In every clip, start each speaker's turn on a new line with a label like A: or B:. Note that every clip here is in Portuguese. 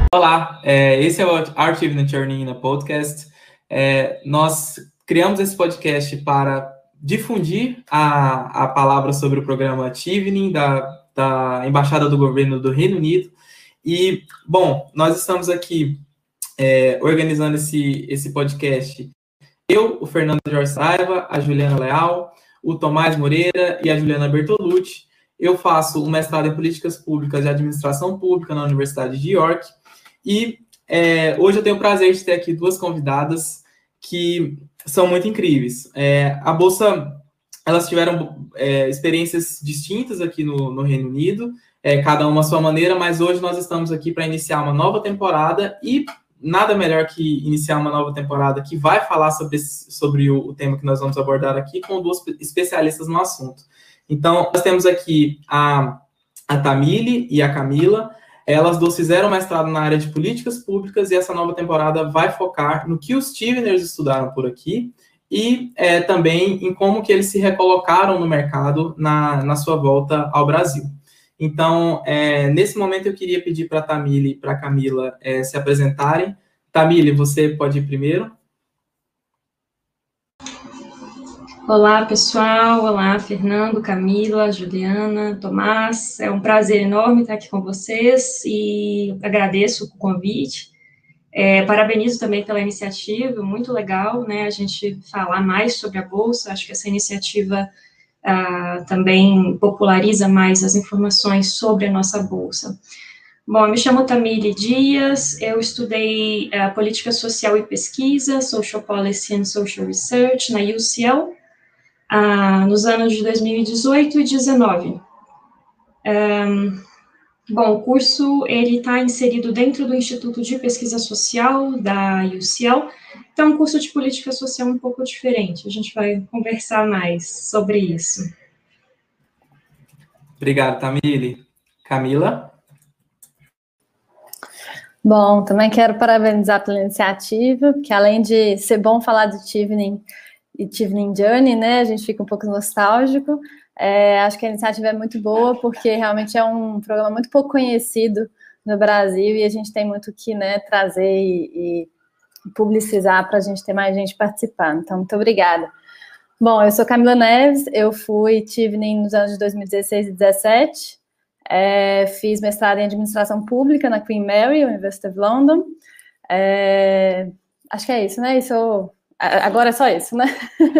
A: Olá, esse é o Art Evening Journey in a Podcast. Nós criamos esse podcast para difundir a palavra sobre o programa Evening da Embaixada do Governo do Reino Unido. E, bom, nós estamos aqui organizando esse podcast. Eu, o Fernando Jorge Saraiva, a Juliana Leal, o Tomás Moreira e a Juliana Bertolucci. Eu faço um mestrado em Políticas Públicas e Administração Pública na Universidade de York. E hoje eu tenho o prazer de ter aqui duas convidadas que são muito incríveis. A Bolsa, elas tiveram experiências distintas aqui no Reino Unido, cada uma à sua maneira, mas hoje nós estamos aqui para iniciar uma nova temporada e nada melhor que iniciar uma nova temporada que vai falar sobre o tema que nós vamos abordar aqui com duas especialistas no assunto. Então, nós temos aqui a Tamily e a Camila. Elas duas fizeram mestrado na área de políticas públicas e essa nova temporada vai focar no que os Steveners estudaram por aqui e também em como que eles se recolocaram no mercado na sua volta ao Brasil. Então, nesse momento eu queria pedir para a Tamily e para a Camila se apresentarem. Tamily, você pode ir primeiro?
B: Olá, pessoal. Olá, Fernando, Camila, Juliana, Tomás. É um prazer enorme estar aqui com vocês e agradeço o convite. Parabenizo também pela iniciativa, muito legal, né, a gente falar mais sobre a Bolsa. Acho que essa iniciativa também populariza mais as informações sobre a nossa Bolsa. Bom, eu me chamo Tamily Dias, eu estudei Política Social e Pesquisa, Social Policy and Social Research na UCL, nos anos de 2018 e 2019. Bom, o curso ele está inserido dentro do Instituto de Pesquisa Social da UCL, então é um curso de política social um pouco diferente. A gente vai conversar mais sobre isso.
A: Obrigado, Tamily. Camila?
C: Bom, também quero parabenizar pela iniciativa, porque além de ser bom falar de Evening e Evening Journey, né, a gente fica um pouco nostálgico. Acho que a iniciativa é muito boa, porque realmente é um programa muito pouco conhecido no Brasil e a gente tem muito que, né, trazer e publicizar para a gente ter mais gente participando. Então, muito obrigada. Bom, eu sou Camila Neves, eu fui Evening nos anos de 2016 e 2017, fiz mestrado em Administração Pública na Queen Mary, University of London. Acho que é isso, né? Agora é só isso, né?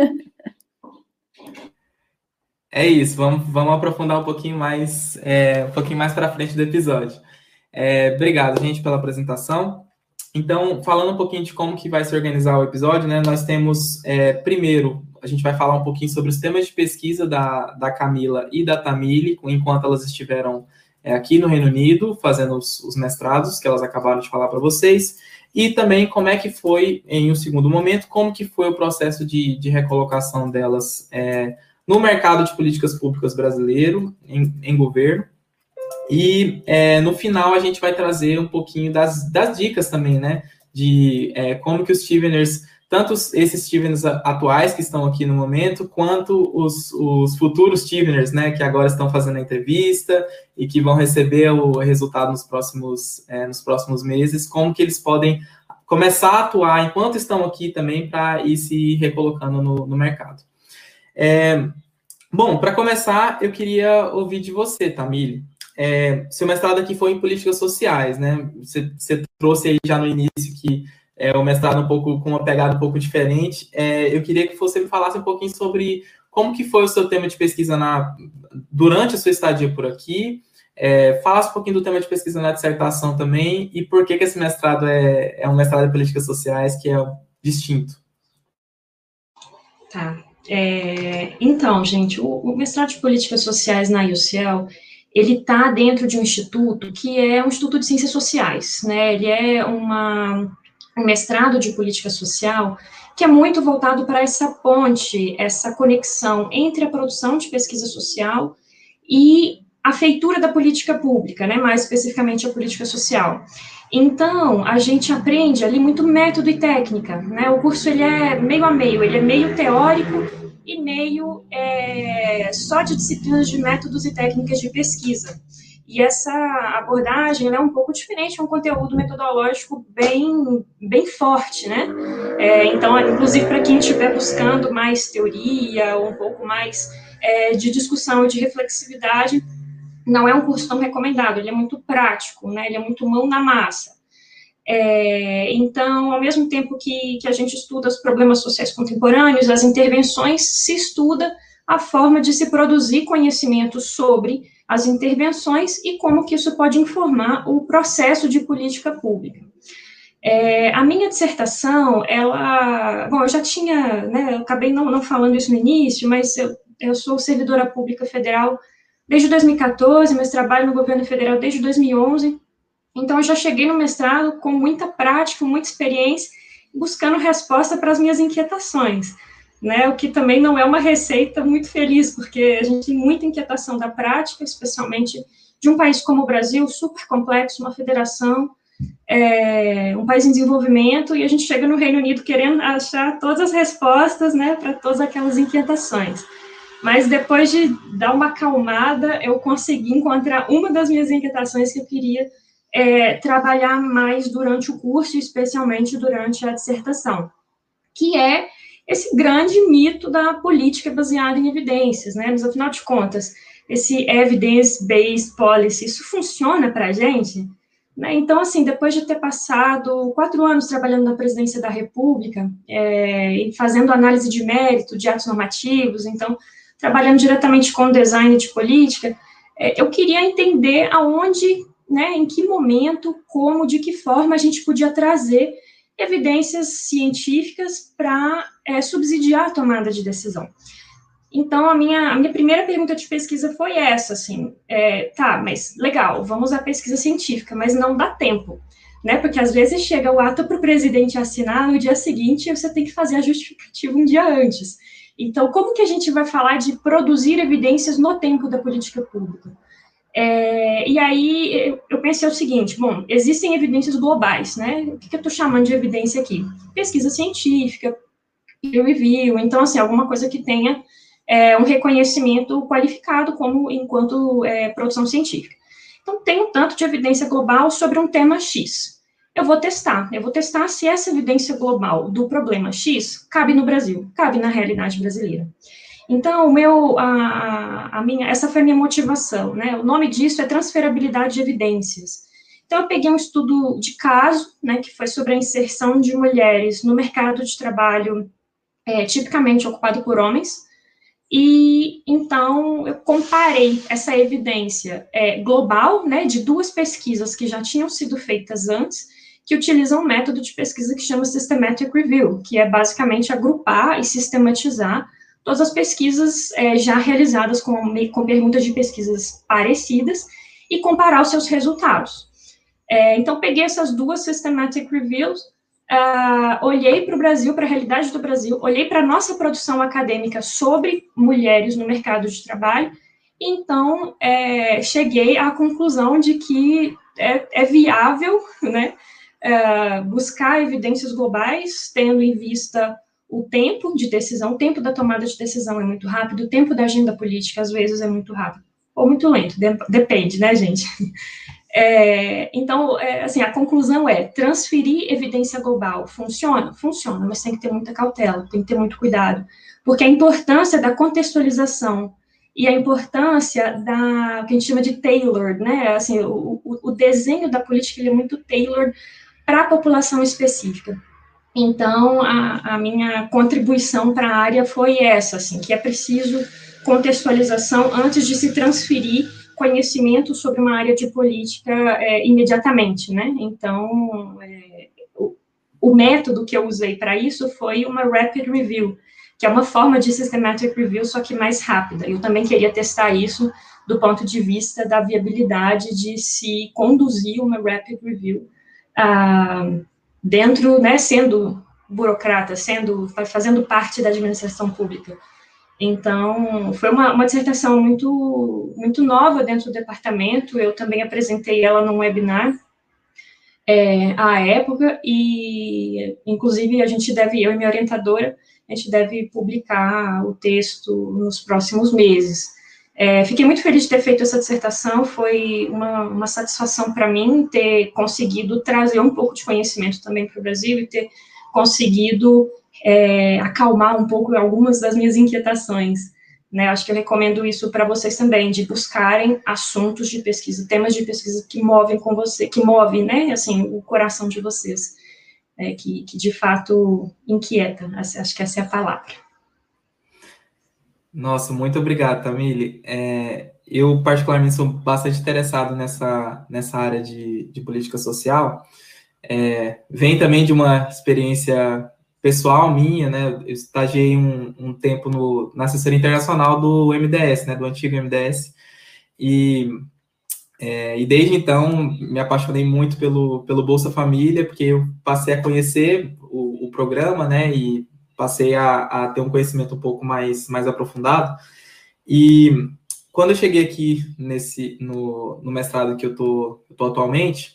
A: É isso, vamos aprofundar um pouquinho mais para frente do episódio. Obrigado, gente, pela apresentação. Então, falando um pouquinho de como que vai se organizar o episódio, né? Nós temos, primeiro, a gente vai falar um pouquinho sobre os temas de pesquisa da Camila e da Tamily, enquanto elas estiveram aqui no Reino Unido, fazendo os mestrados, que elas acabaram de falar para vocês, e também como é que foi, em um segundo momento, como que foi o processo de recolocação delas no mercado de políticas públicas brasileiro, em governo. E no final a gente vai trazer um pouquinho das dicas também, né? De como que os Steveners, tanto esses Steveners atuais que estão aqui no momento, quanto os futuros Steveners, né? Que agora estão fazendo a entrevista e que vão receber o resultado nos próximos meses, como que eles podem começar a atuar enquanto estão aqui também para ir se recolocando no mercado. Bom, para começar, eu queria ouvir de você, Tamily. Seu mestrado aqui foi em políticas sociais, né? Você trouxe aí já no início que o mestrado com uma pegada um pouco diferente. Eu queria que você me falasse um pouquinho sobre como que foi o seu tema de pesquisa durante a sua estadia por aqui, falasse um pouquinho do tema de pesquisa na dissertação também e por que esse mestrado é um mestrado em políticas sociais que é distinto.
B: Tá. Então, gente, o mestrado de políticas sociais na UCL, ele está dentro de um instituto que é um instituto de ciências sociais, né? Ele é um mestrado de política social que é muito voltado para essa ponte, essa conexão entre a produção de pesquisa social e a feitura da política pública, né? Mais especificamente a política social. Então, a gente aprende ali muito método e técnica, né? O curso, ele é meio a meio, ele é meio teórico e meio só de disciplinas de métodos e técnicas de pesquisa. E essa abordagem ela é um pouco diferente, é um conteúdo metodológico bem forte, né? Então, inclusive, para quem estiver buscando mais teoria, ou um pouco mais de discussão e de reflexividade, não é um curso tão recomendado, ele é muito prático, né? Ele é muito mão na massa. Então, ao mesmo tempo que a gente estuda os problemas sociais contemporâneos, as intervenções, se estuda a forma de se produzir conhecimento sobre as intervenções e como que isso pode informar o processo de política pública. A minha dissertação, bom, eu já tinha, né, eu acabei não falando isso no início, mas eu sou servidora pública federal desde 2014, mas trabalho no governo federal desde 2011, então eu já cheguei no mestrado com muita prática, muita experiência, buscando resposta para as minhas inquietações, né, o que também não é uma receita muito feliz, porque a gente tem muita inquietação da prática, especialmente de um país como o Brasil, super complexo, uma federação, um país em desenvolvimento, e a gente chega no Reino Unido querendo achar todas as respostas, né, para todas aquelas inquietações. Mas depois de dar uma acalmada, eu consegui encontrar uma das minhas inquietações que eu queria trabalhar mais durante o curso, especialmente durante a dissertação, que é esse grande mito da política baseada em evidências, né? Mas, afinal de contas, esse evidence-based policy, isso funciona para a gente? Né? Então, assim, depois de ter passado 4 anos trabalhando na presidência da República, e fazendo análise de mérito, de atos normativos, então, trabalhando diretamente com design de política, eu queria entender aonde, né, em que momento, como, de que forma a gente podia trazer evidências científicas para subsidiar a tomada de decisão. Então, a minha primeira pergunta de pesquisa foi essa, assim, mas legal, vamos à pesquisa científica, mas não dá tempo, né, porque às vezes chega o ato para o presidente assinar no dia seguinte e você tem que fazer a justificativa um dia antes. Então, como que a gente vai falar de produzir evidências no tempo da política pública? E aí eu pensei o seguinte, bom, existem evidências globais, né? O que eu estou chamando de evidência aqui? Pesquisa científica, peer review, então, assim, alguma coisa que tenha um reconhecimento qualificado enquanto produção científica. Então, tem um tanto de evidência global sobre um tema X. Eu vou testar se essa evidência global do problema X cabe no Brasil, cabe na realidade brasileira. Então, essa foi a minha motivação, né? O nome disso é transferabilidade de evidências. Então, eu peguei um estudo de caso, né, que foi sobre a inserção de mulheres no mercado de trabalho tipicamente ocupado por homens, e, então, eu comparei essa evidência global, né, de 2 pesquisas que já tinham sido feitas antes, que utilizam um método de pesquisa que chama Systematic Review, que é basicamente agrupar e sistematizar todas as pesquisas já realizadas com perguntas de pesquisas parecidas e comparar os seus resultados. Então, peguei essas 2 Systematic Reviews, olhei para o Brasil, para a realidade do Brasil, olhei para a nossa produção acadêmica sobre mulheres no mercado de trabalho, e então cheguei à conclusão de que é viável, né, buscar evidências globais, tendo em vista o tempo de decisão, o tempo da tomada de decisão é muito rápido, o tempo da agenda política, às vezes, é muito rápido, ou muito lento, depende, né, gente? Então, assim, a conclusão é, transferir evidência global funciona? Funciona, mas tem que ter muita cautela, tem que ter muito cuidado, porque a importância da contextualização e a importância o que a gente chama de tailored, né, assim, o desenho da política, ele é muito tailored para a população específica. Então, a minha contribuição para a área foi essa, assim, que é preciso contextualização antes de se transferir conhecimento sobre uma área de política imediatamente, né? Então, o método que eu usei para isso foi uma rapid review, que é uma forma de systematic review, só que mais rápida. Eu também queria testar isso do ponto de vista da viabilidade de se conduzir uma rapid review dentro, né, sendo burocrata, fazendo parte da administração pública. Então, foi uma dissertação muito, muito nova dentro do departamento, eu também apresentei ela num webinar à época, e, inclusive, eu e minha orientadora, a gente deve publicar o texto nos próximos meses. Fiquei muito feliz de ter feito essa dissertação, foi uma satisfação para mim ter conseguido trazer um pouco de conhecimento também para o Brasil e ter conseguido acalmar um pouco algumas das minhas inquietações, né? Acho que eu recomendo isso para vocês também, de buscarem assuntos de pesquisa, temas de pesquisa que movem com você, que movem, né, assim, o coração de vocês, que de fato inquieta, acho que essa é a palavra.
A: Nossa, muito obrigado, Tamile. Eu, particularmente, sou bastante interessado nessa área de política social. Vem também de uma experiência pessoal minha, né? Eu estagiei um tempo na assessoria internacional do MDS, né? Do antigo MDS. E desde então, me apaixonei muito pelo Bolsa Família, porque eu passei a conhecer o programa, né? E passei a ter um conhecimento um pouco mais aprofundado. E quando eu cheguei aqui no mestrado que eu tô atualmente,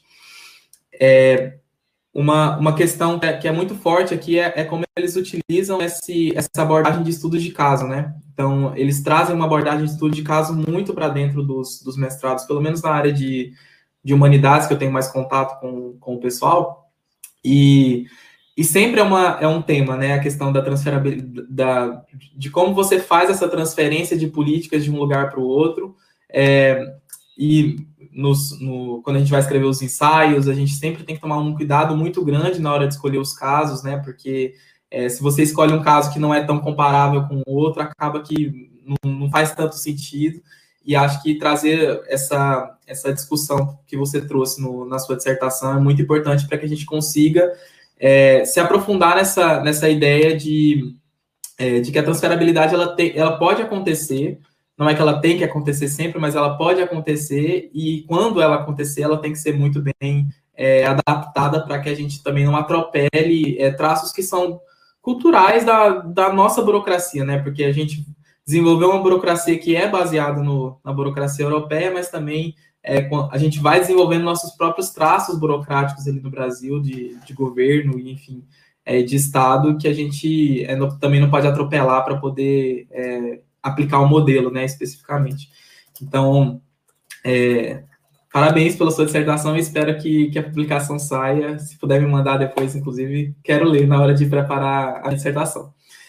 A: uma questão que é muito forte aqui é como eles utilizam essa abordagem de estudos de caso, né? Então, eles trazem uma abordagem de estudo de caso muito para dentro dos mestrados, pelo menos na área de humanidades, que eu tenho mais contato com o pessoal, e sempre é um tema, né? A questão da transferabilidade, de como você faz essa transferência de políticas de um lugar para o outro. E quando a gente vai escrever os ensaios, a gente sempre tem que tomar um cuidado muito grande na hora de escolher os casos, né? Porque se você escolhe um caso que não é tão comparável com o outro, acaba que não faz tanto sentido. E acho que trazer essa discussão que você trouxe na sua dissertação é muito importante para que a gente consiga se aprofundar nessa ideia de que a transferabilidade ela pode acontecer, não é que ela tem que acontecer sempre, mas ela pode acontecer, e quando ela acontecer, ela tem que ser muito bem adaptada para que a gente também não atropele traços que são culturais da nossa burocracia, né? Porque a gente desenvolveu uma burocracia que é baseada na burocracia europeia, mas também a gente vai desenvolvendo nossos próprios traços burocráticos ali no Brasil, de governo, e enfim, de Estado, que a gente também não pode atropelar para poder aplicar o modelo, né, especificamente. Então, parabéns pela sua dissertação, e espero que a publicação saia. Se puder me mandar depois, inclusive, quero ler na hora de preparar a dissertação.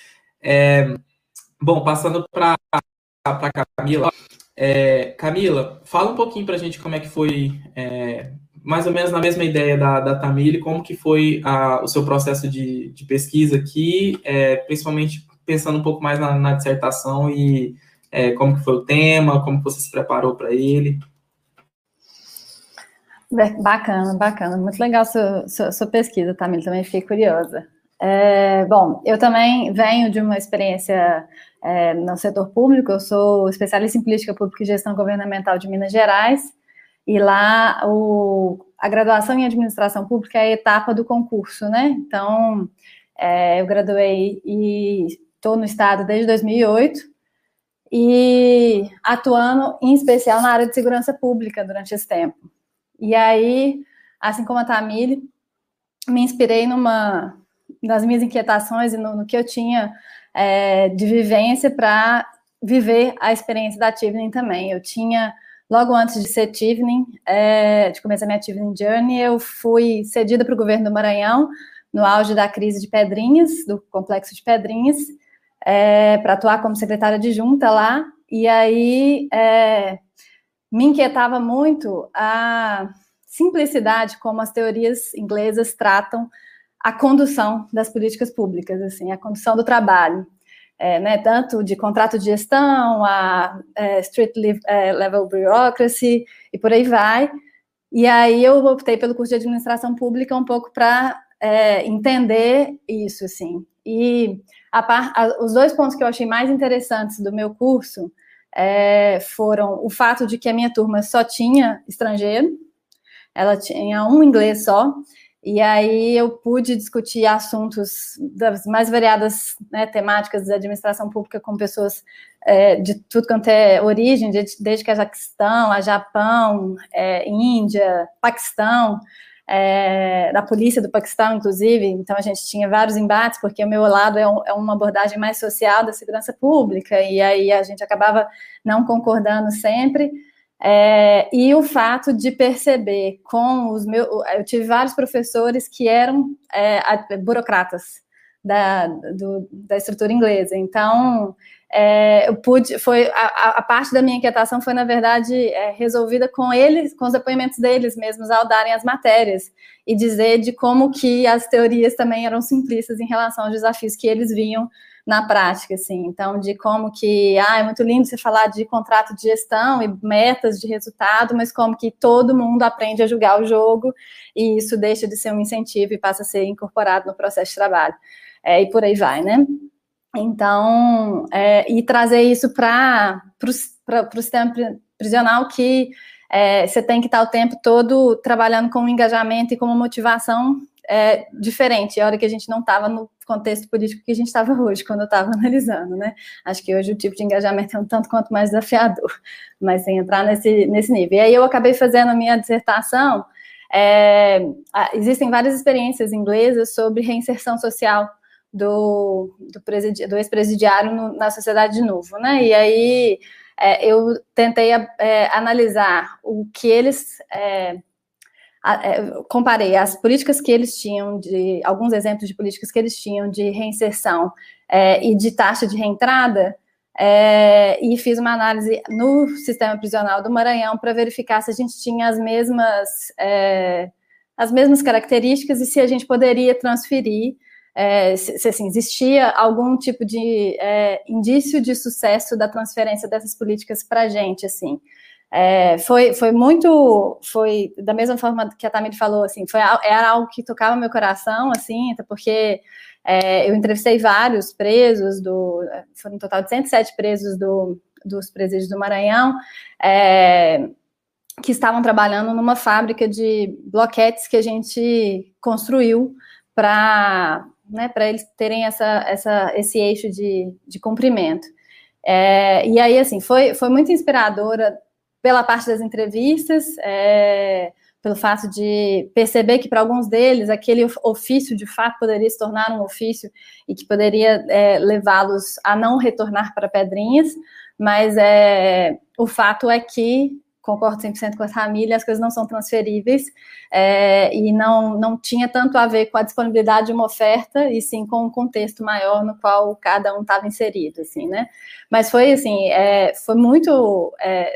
A: Bom, passando para Camila. Camila, fala um pouquinho para a gente como é que foi, mais ou menos na mesma ideia da Tamile, como que foi o seu processo de pesquisa aqui, principalmente pensando um pouco mais na dissertação e como que foi o tema, como que você se preparou para ele.
C: Bacana, muito legal sua pesquisa, Tamile, também fiquei curiosa. Bom, eu também venho de uma experiência no setor público, eu sou especialista em política pública e gestão governamental de Minas Gerais, e lá a graduação em administração pública é a etapa do concurso, né? Então, eu graduei e estou no estado desde 2008, e atuando em especial na área de segurança pública durante esse tempo. E aí, assim como a Tamile, me inspirei das minhas inquietações e no que eu tinha de vivência para viver a experiência da Chevening também. Eu tinha, logo antes de ser Chevening, de começar minha Chevening Journey, eu fui cedida para o governo do Maranhão, no auge da crise de Pedrinhas, do complexo de Pedrinhas, para atuar como secretária adjunta lá, e aí me inquietava muito a simplicidade como as teorias inglesas tratam a condução das políticas públicas, assim, a condução do trabalho, né, tanto de contrato de gestão, a street level bureaucracy, e por aí vai. E aí eu optei pelo curso de administração pública um pouco para entender isso, assim. E os dois pontos que eu achei mais interessantes do meu curso foram o fato de que a minha turma só tinha estrangeiro, ela tinha um inglês só, e aí eu pude discutir assuntos das mais variadas, né, temáticas da administração pública com pessoas de tudo quanto é origem, desde Cazaquistão, a Japão, Índia, Paquistão, da polícia do Paquistão, inclusive. Então, a gente tinha vários embates, porque o meu lado é uma abordagem mais social da segurança pública, e aí a gente acabava não concordando sempre. E o fato de perceber eu tive vários professores que eram burocratas da estrutura inglesa. Então, a parte da minha inquietação foi, na verdade, resolvida com eles, com os depoimentos deles mesmos ao darem as matérias, e dizer de como que as teorias também eram simplistas em relação aos desafios que eles viam na prática, assim. Então, de como que, é muito lindo você falar de contrato de gestão e metas de resultado, mas como que todo mundo aprende a julgar o jogo, e isso deixa de ser um incentivo e passa a ser incorporado no processo de trabalho. E por aí vai, né? Então, e trazer isso para o sistema prisional, que você tem que estar o tempo todo trabalhando com um engajamento e com uma motivação diferente, a hora que a gente não estava no contexto político que a gente estava hoje, quando eu estava analisando, né? Acho que hoje o tipo de engajamento é um tanto quanto mais desafiador, mas sem entrar nesse nível. E aí eu acabei fazendo a minha dissertação. Existem várias experiências inglesas sobre reinserção social do ex-presidiário na sociedade de novo, né? E aí eu tentei analisar o que eles... comparei as políticas que eles tinham, alguns exemplos de políticas que eles tinham de reinserção e de taxa de reentrada, e fiz uma análise no sistema prisional do Maranhão para verificar se a gente tinha as mesmas características e se a gente poderia transferir, se assim, existia algum tipo de indício de sucesso da transferência dessas políticas para a gente, assim. Foi da mesma forma que a Tamir falou, assim, era algo que tocava meu coração, assim, até porque eu entrevistei vários presos, foram um total de 107 presos dos presídios do Maranhão, que estavam trabalhando numa fábrica de bloquetes que a gente construiu para eles terem esse eixo de cumprimento. E aí, assim, foi muito inspiradora pela parte das entrevistas, pelo fato de perceber que para alguns deles aquele ofício de fato poderia se tornar um ofício e que poderia levá-los a não retornar para Pedrinhas, mas o fato é que, concordo 100% com a família, as coisas não são transferíveis, e não tinha tanto a ver com a disponibilidade de uma oferta, e sim com um contexto maior no qual cada um estava inserido, assim, né? Mas foi, assim, foi muito...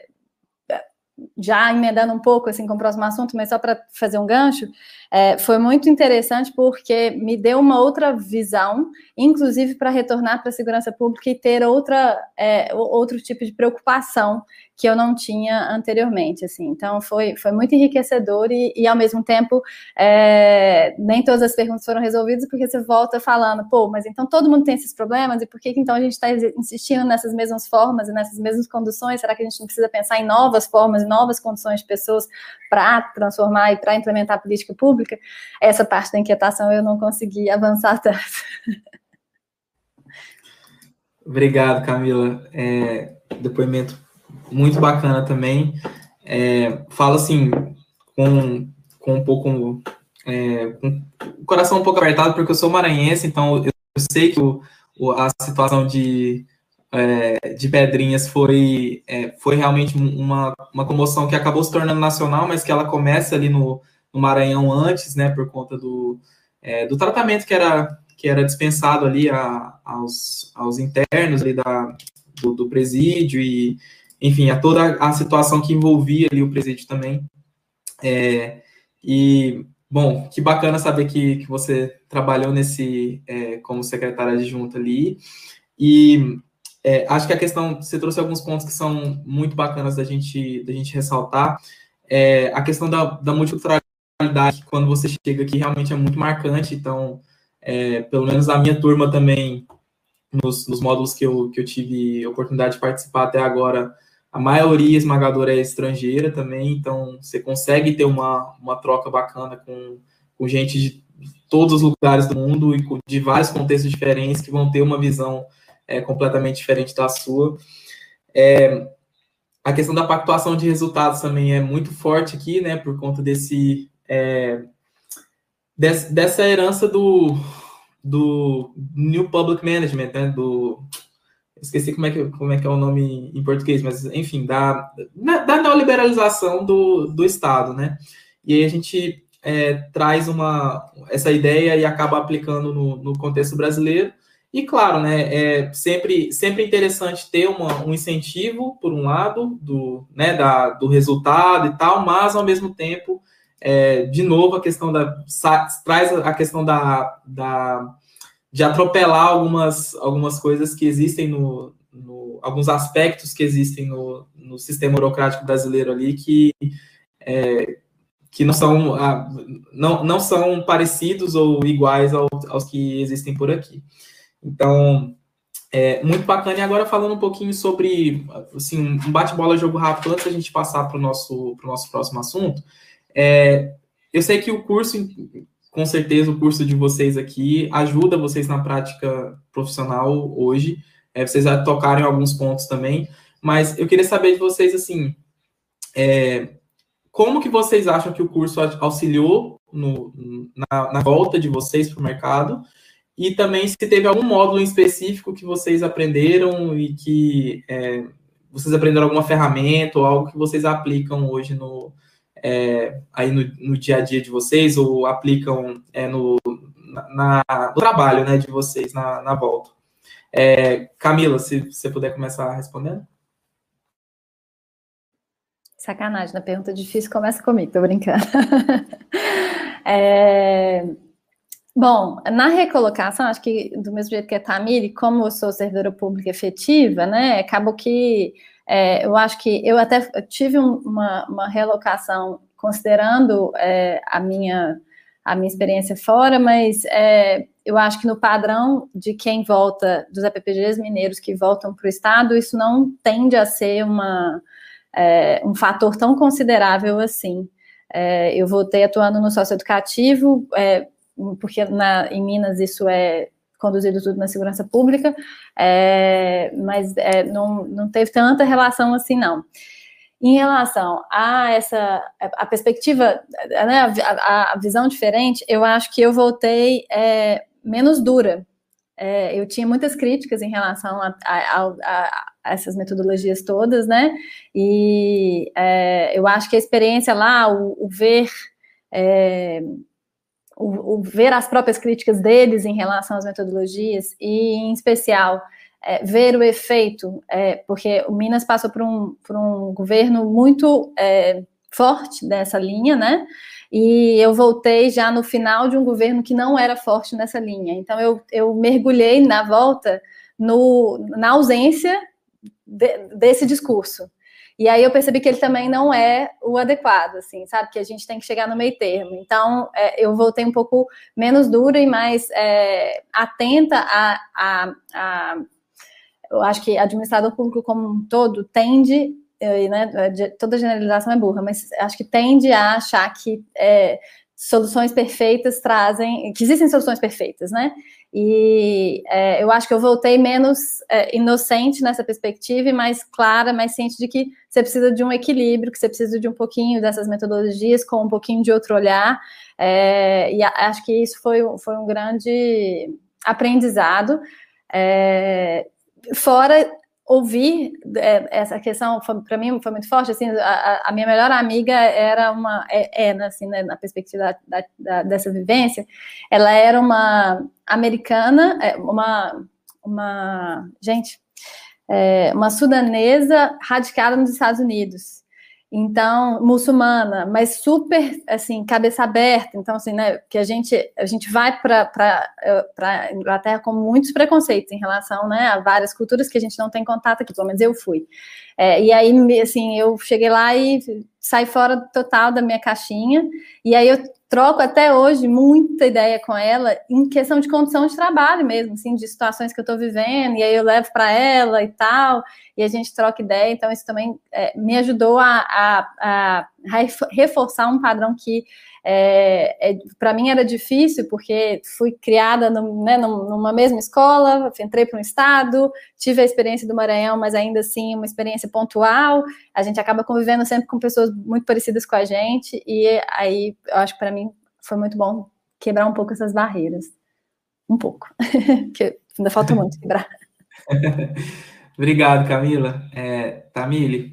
C: já emendando um pouco, assim, com o próximo assunto, mas só para fazer um gancho, foi muito interessante porque me deu uma outra visão, inclusive para retornar para a segurança pública e ter outro tipo de preocupação que eu não tinha anteriormente, assim. Então, foi muito enriquecedor e ao mesmo tempo, nem todas as perguntas foram resolvidas, porque você volta falando, mas então todo mundo tem esses problemas, e por que então a gente está insistindo nessas mesmas formas e nessas mesmas condições? Será que a gente não precisa pensar em novas formas, novas condições de pessoas para transformar e para implementar a política pública? Essa parte da inquietação eu não consegui avançar tanto.
A: Obrigado, Camila. Depoimento muito bacana também. Falo assim, com um pouco... com o coração um pouco apertado, porque eu sou maranhense, então eu sei que a situação de Pedrinhas foi realmente uma comoção que acabou se tornando nacional, mas que ela começa ali no Maranhão antes, né, por conta do tratamento que era dispensado ali aos internos ali do presídio, e, enfim, a toda a situação que envolvia ali o presídio também. E, bom, que bacana saber que você trabalhou como secretária adjunta ali, e acho que a questão, você trouxe alguns pontos que são muito bacanas da gente ressaltar. A questão da multiculturalidade, quando você chega aqui, realmente é muito marcante. Então, pelo menos na minha turma também, nos módulos que eu tive oportunidade de participar até agora, a maioria esmagadora é estrangeira também, então você consegue ter uma troca bacana com gente de todos os lugares do mundo e de vários contextos diferentes, que vão ter uma visão completamente diferente da sua. A questão da pactuação de resultados também é muito forte aqui, né, por conta dessa herança do New Public Management, né, esqueci como é que é o nome em português, mas, enfim, da neoliberalização do Estado, né? E aí a gente traz essa ideia e acaba aplicando no contexto brasileiro. E, claro, né, é sempre interessante ter um incentivo, por um lado, do resultado e tal, mas, ao mesmo tempo, de novo, traz a questão de atropelar algumas coisas que existem alguns aspectos que existem no sistema burocrático brasileiro ali que não são parecidos ou iguais aos que existem por aqui. Então, muito bacana. E agora falando um pouquinho sobre assim, um bate-bola, jogo rápido, antes da gente passar para o nosso próximo assunto. Eu sei que o curso, com certeza, o curso de vocês aqui ajuda vocês na prática profissional hoje. Vocês já tocaram em alguns pontos também, mas eu queria saber de vocês, assim, como que vocês acham que o curso auxiliou na volta de vocês para o mercado, e também se teve algum módulo em específico que vocês aprenderam e que vocês aprenderam alguma ferramenta ou algo que vocês aplicam hoje aí no dia a dia de vocês, ou aplicam no trabalho, né, de vocês na volta. Camila, se você puder começar respondendo.
C: Sacanagem, na pergunta difícil começa comigo, tô brincando. Bom, na recolocação, acho que do mesmo jeito que a Tamiri, como eu sou servidora pública efetiva, né, acabou que eu acho que eu até tive uma realocação considerando a minha experiência fora, mas eu acho que no padrão de quem volta, dos APPGs mineiros que voltam para o Estado, isso não tende a ser um fator tão considerável assim. Eu voltei atuando no socioeducativo, porque em Minas isso é conduzido tudo na segurança pública, mas não teve tanta relação assim, não. Em relação a perspectiva, né, a visão diferente, eu acho que eu voltei menos dura. Eu tinha muitas críticas em relação a essas metodologias todas, né? E eu acho que a experiência lá, o ver as próprias críticas deles em relação às metodologias e, em especial, ver o efeito, porque o Minas passou por um governo muito forte dessa linha, né? E eu voltei já no final de um governo que não era forte nessa linha. Então, eu mergulhei na volta na ausência desse discurso. E aí eu percebi que ele também não é o adequado, assim, sabe? Que a gente tem que chegar no meio termo. Então, eu voltei um pouco menos dura e mais atenta eu acho que administrador público como um todo tende, né, toda generalização é burra, mas acho que tende a achar que soluções perfeitas que existem soluções perfeitas, né? E eu acho que eu voltei menos inocente nessa perspectiva e mais clara, mais ciente de que você precisa de um equilíbrio, que você precisa de um pouquinho dessas metodologias com um pouquinho de outro olhar, e acho que isso foi um grande aprendizado. Fora ouvir essa questão, para mim foi muito forte, assim, a minha melhor amiga era assim, né, na perspectiva dessa vivência, ela era uma americana, uma sudanesa radicada nos Estados Unidos. Então, muçulmana, mas super, assim, cabeça aberta. Então, assim, né, que a gente vai para Inglaterra com muitos preconceitos em relação, né, a várias culturas que a gente não tem contato aqui, pelo menos eu fui. E aí, assim, eu cheguei lá e saí fora total da minha caixinha, e aí eu troco até hoje muita ideia com ela em questão de condição de trabalho mesmo, assim, de situações que eu estou vivendo, e aí eu levo para ela e tal, e a gente troca ideia. Então isso também me ajudou a reforçar um padrão que para mim era difícil, porque fui criada numa mesma escola, entrei para um estado, tive a experiência do Maranhão, mas ainda assim uma experiência pontual, a gente acaba convivendo sempre com pessoas muito parecidas com a gente, e aí eu acho que para mim foi muito bom quebrar um pouco essas barreiras. Um pouco, que ainda falta muito quebrar.
A: Obrigado, Camila. Tamile?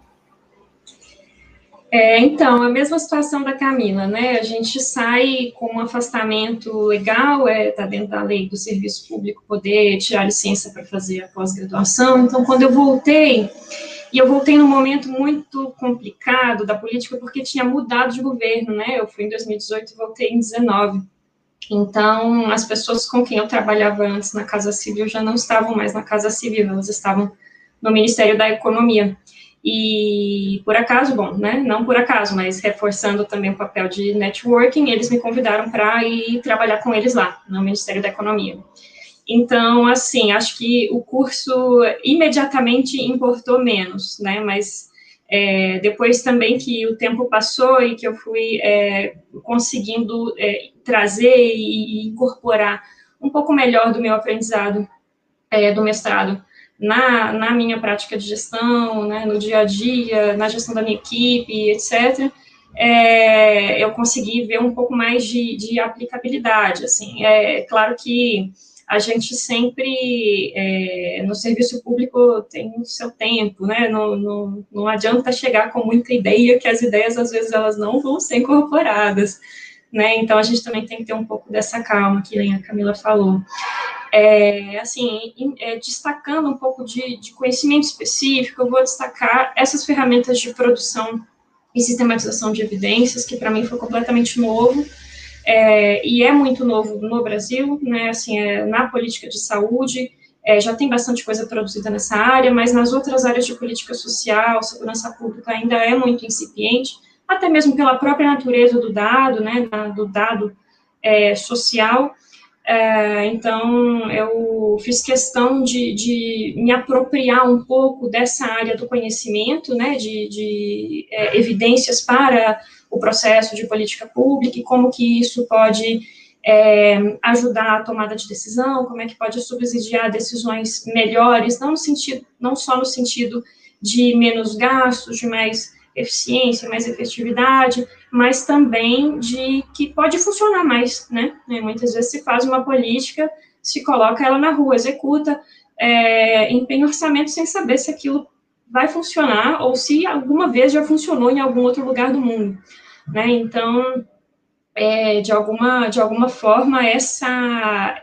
B: Então, a mesma situação da Camila, né? A gente sai com um afastamento legal, tá dentro da lei do serviço público poder tirar licença para fazer a pós-graduação. Então, quando eu voltei num momento muito complicado da política, porque tinha mudado de governo, né? Eu fui em 2018 e voltei em 2019. Então, as pessoas com quem eu trabalhava antes na Casa Civil já não estavam mais na Casa Civil, elas estavam no Ministério da Economia. E, por acaso, bom, né, não por acaso, mas reforçando também o papel de networking, eles me convidaram para ir trabalhar com eles lá, no Ministério da Economia. Então, assim, acho que o curso imediatamente importou menos, né, mas depois também que o tempo passou e que eu fui conseguindo trazer e incorporar um pouco melhor do meu aprendizado do mestrado na minha prática de gestão, né, no dia a dia, na gestão da minha equipe, etc., eu consegui ver um pouco mais de aplicabilidade, assim. Claro que a gente sempre, no serviço público, tem o seu tempo, né, não adianta chegar com muita ideia, que as ideias, às vezes, elas não vão ser incorporadas, né, então a gente também tem que ter um pouco dessa calma, que nem a Camila falou. Destacando um pouco de conhecimento específico, eu vou destacar essas ferramentas de produção e sistematização de evidências, que para mim foi completamente novo, e é muito novo no Brasil, né, assim, na política de saúde, já tem bastante coisa produzida nessa área, mas nas outras áreas de política social, segurança pública, ainda é muito incipiente, até mesmo pela própria natureza do dado, né, do dado social. Então, eu fiz questão de me apropriar um pouco dessa área do conhecimento, né, de evidências para o processo de política pública e como que isso pode ajudar a tomada de decisão, como é que pode subsidiar decisões melhores, não só no sentido de menos gastos, de mais eficiência, mais efetividade, mas também de que pode funcionar mais, né? Muitas vezes se faz uma política, se coloca ela na rua, executa, empenha orçamento sem saber se aquilo vai funcionar ou se alguma vez já funcionou em algum outro lugar do mundo, né? Então, de alguma forma, essa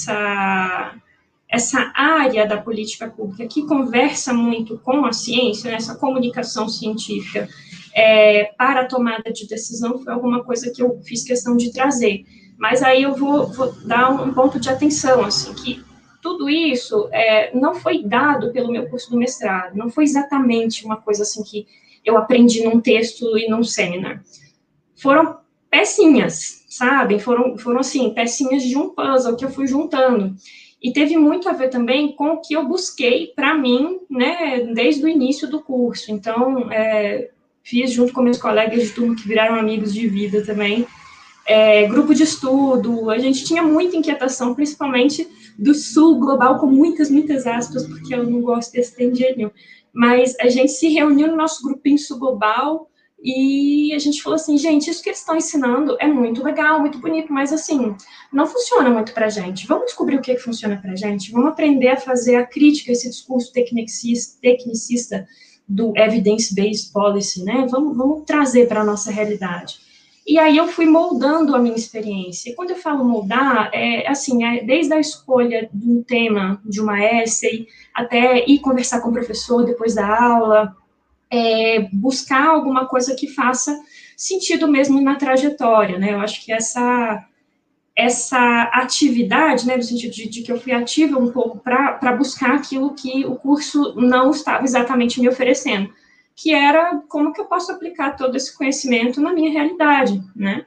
B: área da política pública que conversa muito com a ciência, né, essa comunicação científica para a tomada de decisão foi alguma coisa que eu fiz questão de trazer. Mas aí eu vou dar um ponto de atenção, assim, que tudo isso não foi dado pelo meu curso do mestrado, não foi exatamente uma coisa assim que eu aprendi num texto e num seminar. Foram pecinhas, sabe? Foram assim, pecinhas de um puzzle que eu fui juntando. E teve muito a ver também com o que eu busquei para mim, né, desde o início do curso. Então, fiz junto com meus colegas de turma que viraram amigos de vida também, grupo de estudo. A gente tinha muita inquietação, principalmente do sul global, com muitas, muitas aspas, porque eu não gosto desse termo, mas a gente se reuniu no nosso grupinho sul global e a gente falou assim, gente, isso que eles estão ensinando é muito legal, muito bonito, mas assim, não funciona muito pra gente. Vamos descobrir o que funciona pra gente, vamos aprender a fazer a crítica, esse discurso tecnicista do evidence-based policy, né? Vamos trazer para a nossa realidade. E aí eu fui moldando a minha experiência. E quando eu falo moldar, desde a escolha de um tema, de uma essay, até ir conversar com o professor depois da aula, buscar alguma coisa que faça sentido mesmo na trajetória, né? Eu acho que essa atividade, né, no sentido de que eu fui ativa um pouco para buscar aquilo que o curso não estava exatamente me oferecendo, que era como que eu posso aplicar todo esse conhecimento na minha realidade, né?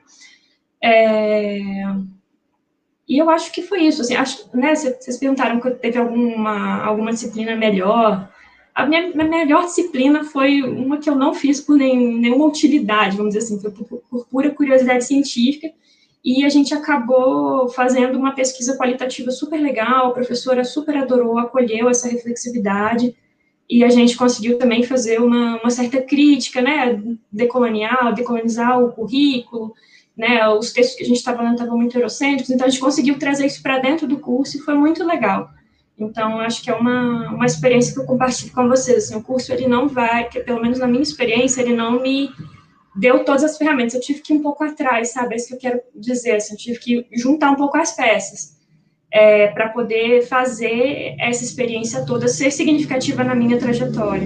B: E eu acho que foi isso, assim, né, vocês perguntaram que teve alguma disciplina melhor. A minha melhor disciplina foi uma que eu não fiz por nenhuma utilidade, vamos dizer assim, foi por pura curiosidade científica, e a gente acabou fazendo uma pesquisa qualitativa super legal, a professora super adorou, acolheu essa reflexividade, e a gente conseguiu também fazer uma certa crítica, né, decolonizar o currículo, né, os textos que a gente estava lendo estavam muito eurocêntricos, então a gente conseguiu trazer isso para dentro do curso e foi muito legal. Então, acho que é uma experiência que eu compartilho com vocês. Assim, o curso, ele não vai, que, pelo menos na minha experiência, ele não me deu todas as ferramentas. Eu tive que ir um pouco atrás, sabe? É isso que eu quero dizer. Assim, eu tive que juntar um pouco as peças para poder fazer essa experiência toda ser significativa na minha trajetória.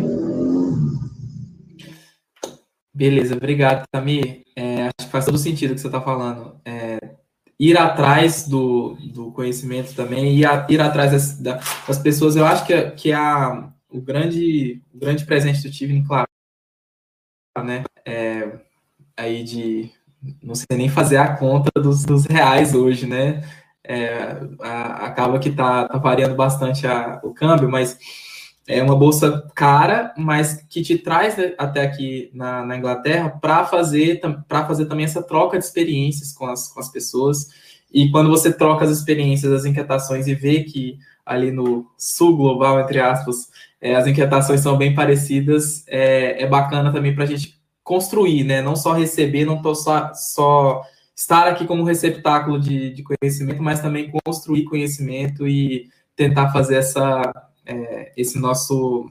A: Beleza, obrigado, Tamir. Acho que faz todo sentido o que você está falando. Ir atrás do conhecimento também, ir atrás das pessoas, eu acho que o grande presente do Tivni, claro, né? Aí de não sei nem fazer a conta dos reais hoje, né? Acaba que tá variando bastante o câmbio, mas é uma bolsa cara, mas que te traz, né, até aqui na Inglaterra para fazer também essa troca de experiências com as pessoas. E quando você troca as experiências, as inquietações e vê que ali no sul global, entre aspas, as inquietações são bem parecidas, é bacana também para a gente construir, né? Não só receber, não só estar aqui como receptáculo de conhecimento, mas também construir conhecimento e tentar fazer esse nosso...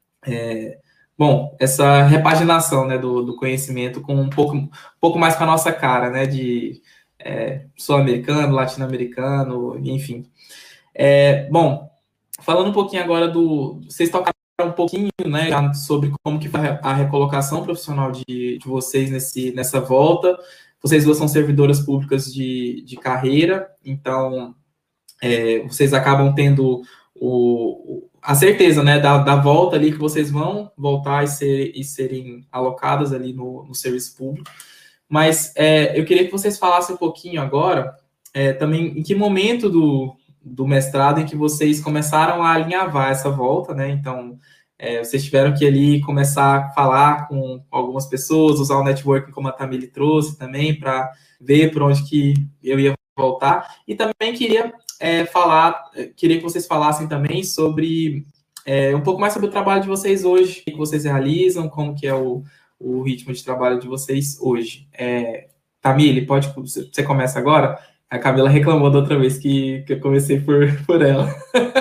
A: essa repaginação, né, do conhecimento com um pouco mais com a nossa cara, né, de sul-americano, latino-americano, enfim. Bom, falando um pouquinho agora vocês tocaram um pouquinho, né, sobre como que foi a recolocação profissional de vocês nessa volta. Vocês duas são servidoras públicas de carreira, então vocês acabam tendo a certeza, né, da volta ali, que vocês vão voltar e serem alocadas ali no serviço público. Mas eu queria que vocês falassem um pouquinho agora, também, em que momento do mestrado em que vocês começaram a alinhavar essa volta, né? Então, vocês tiveram que ali começar a falar com algumas pessoas, usar o networking como a Tamile trouxe também, para ver por onde que eu ia voltar. E também queria que vocês falassem também sobre um pouco mais sobre o trabalho de vocês hoje, o que vocês realizam, como que é o ritmo de trabalho de vocês hoje. Tamile, você começa agora? A Camila reclamou da outra vez que eu comecei por ela.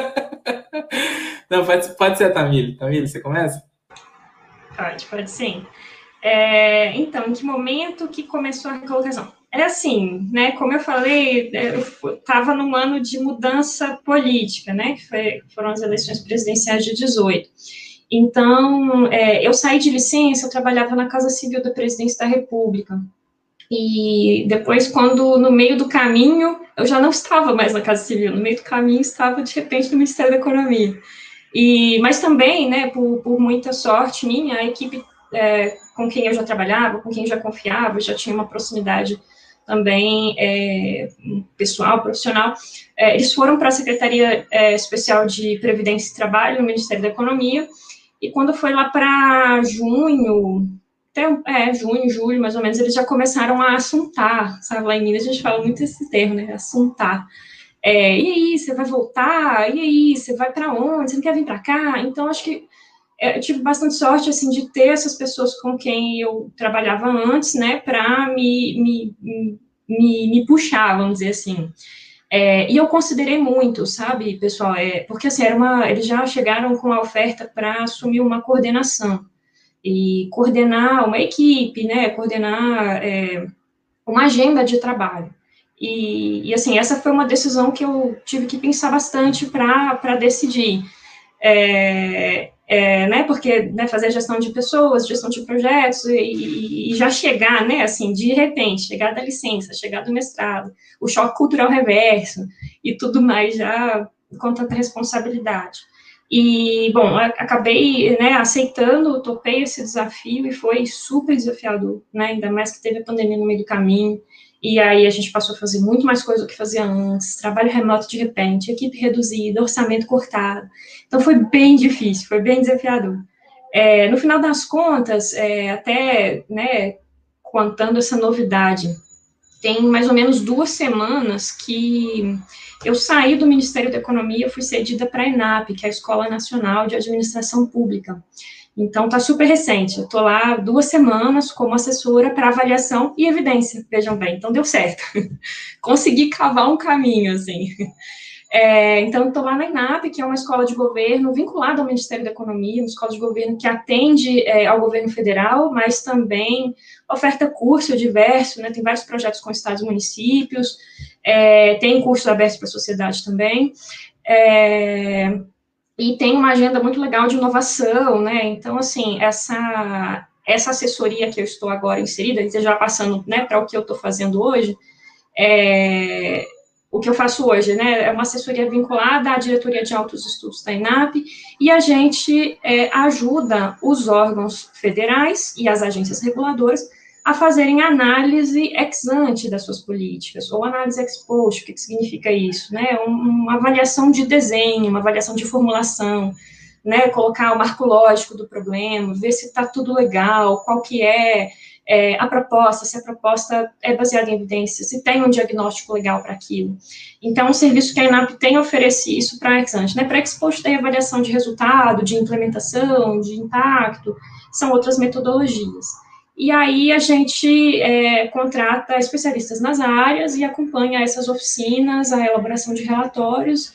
A: Não, pode ser a Tamile. Tamile, você começa?
B: Pode sim. Então, em que momento que começou a recolocação? Assim, né, como eu falei, eu estava num ano de mudança política, né, que foram as eleições presidenciais de 18. Então, eu saí de licença, eu trabalhava na Casa Civil da Presidência da República. E depois, quando no meio do caminho, eu já não estava mais na Casa Civil, no meio do caminho estava, de repente, no Ministério da Economia. Mas também, né, por muita sorte minha, a equipe com quem eu já trabalhava, com quem eu já confiava, já tinha uma proximidade também pessoal, profissional, eles foram para a Secretaria Especial de Previdência e Trabalho, no Ministério da Economia, e quando foi lá para junho, julho, mais ou menos, eles já começaram a assuntar, sabe, lá em Minas a gente fala muito esse termo, né, assuntar. E aí, você vai voltar? E aí, você vai para onde? Você não quer vir para cá? Então, acho que eu tive bastante sorte, assim, de ter essas pessoas com quem eu trabalhava antes, né, para me puxar, vamos dizer assim. E eu considerei muito, sabe, pessoal, porque, assim, eles já chegaram com a oferta para assumir uma coordenação, e coordenar uma equipe, né, coordenar uma agenda de trabalho. E, assim, essa foi uma decisão que eu tive que pensar bastante para decidir. Né, porque, né, fazer gestão de pessoas, gestão de projetos, e já chegar, né, assim, de repente, chegar da licença, chegar do mestrado, o choque cultural reverso, e tudo mais, já com tanta responsabilidade. E, bom, acabei, né, aceitando, topei esse desafio, e foi super desafiador, né, ainda mais que teve a pandemia no meio do caminho, e aí a gente passou a fazer muito mais coisa do que fazia antes, trabalho remoto de repente, equipe reduzida, orçamento cortado. Então foi bem difícil, foi bem desafiador. No final das contas, até, né, contando essa novidade tem mais ou menos 2 semanas que eu saí do Ministério da Economia, fui cedida para a ENAP, que é a Escola Nacional de Administração Pública. Então, está super recente. Eu estou lá 2 semanas como assessora para avaliação e evidência, vejam bem. Então, deu certo. Consegui cavar um caminho, assim. Então, estou lá na ENAP, que é uma escola de governo vinculada ao Ministério da Economia, uma escola de governo que atende ao governo federal, mas também oferta curso diverso, né? Tem vários projetos com estados e municípios, tem cursos abertos para a sociedade também, e tem uma agenda muito legal de inovação, né? Então, assim, essa assessoria que eu estou agora inserida, já passando, né, para o que eu estou fazendo hoje, o que eu faço hoje, né, é uma assessoria vinculada à diretoria de altos estudos da ENAP, e a gente ajuda os órgãos federais e as agências reguladoras a fazerem análise ex ante das suas políticas, ou análise ex post. O que significa isso? Né? Uma avaliação de desenho, uma avaliação de formulação, né? Colocar o marco lógico do problema, ver se está tudo legal, qual que é a proposta, se a proposta é baseada em evidência, se tem um diagnóstico legal para aquilo. Então, o serviço que a ENAP tem oferece isso para ex ante, né? Para ex post tem avaliação de resultado, de implementação, de impacto, são outras metodologias. E aí a gente contrata especialistas nas áreas e acompanha essas oficinas, a elaboração de relatórios,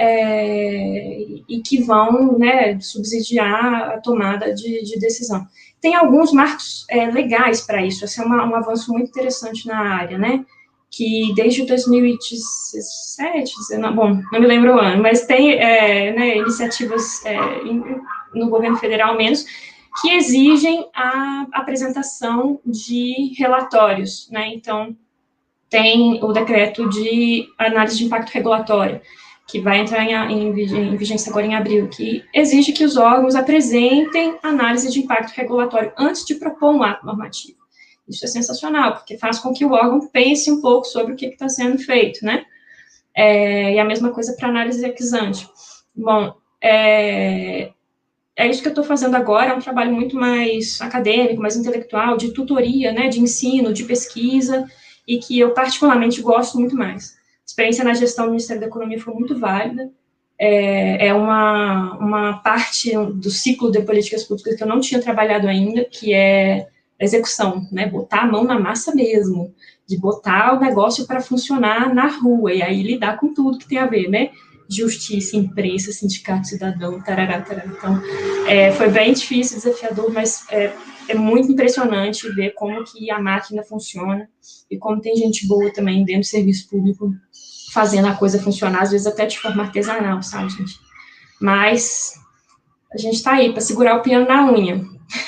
B: e que vão, né, subsidiar a tomada de decisão. Tem alguns marcos legais para isso, esse é um avanço muito interessante na área, né, que desde 2017, bom, não me lembro o ano, mas tem né, iniciativas no governo federal menos, que exigem a apresentação de relatórios, né, então tem o decreto de análise de impacto regulatório, que vai entrar em vigência agora em abril, que exige que os órgãos apresentem análise de impacto regulatório antes de propor um ato normativo. Isso é sensacional, porque faz com que o órgão pense um pouco sobre o que está sendo feito, né? E a mesma coisa para análise ex ante. Bom, é isso que eu estou fazendo agora, é um trabalho muito mais acadêmico, mais intelectual, de tutoria, né, de ensino, de pesquisa, e que eu particularmente gosto muito mais. A experiência na gestão do Ministério da Economia foi muito válida, é uma parte do ciclo de políticas públicas que eu não tinha trabalhado ainda, que é a execução, né, botar a mão na massa mesmo, de botar o negócio para funcionar na rua, e aí lidar com tudo que tem a ver, né, justiça, imprensa, sindicato, cidadão, tarará, tarará. Então, foi bem difícil, desafiador, mas é muito impressionante ver como que a máquina funciona e como tem gente boa também dentro do serviço público fazendo a coisa funcionar, às vezes até de forma artesanal, sabe, gente? Mas a gente está aí para segurar o piano na unha.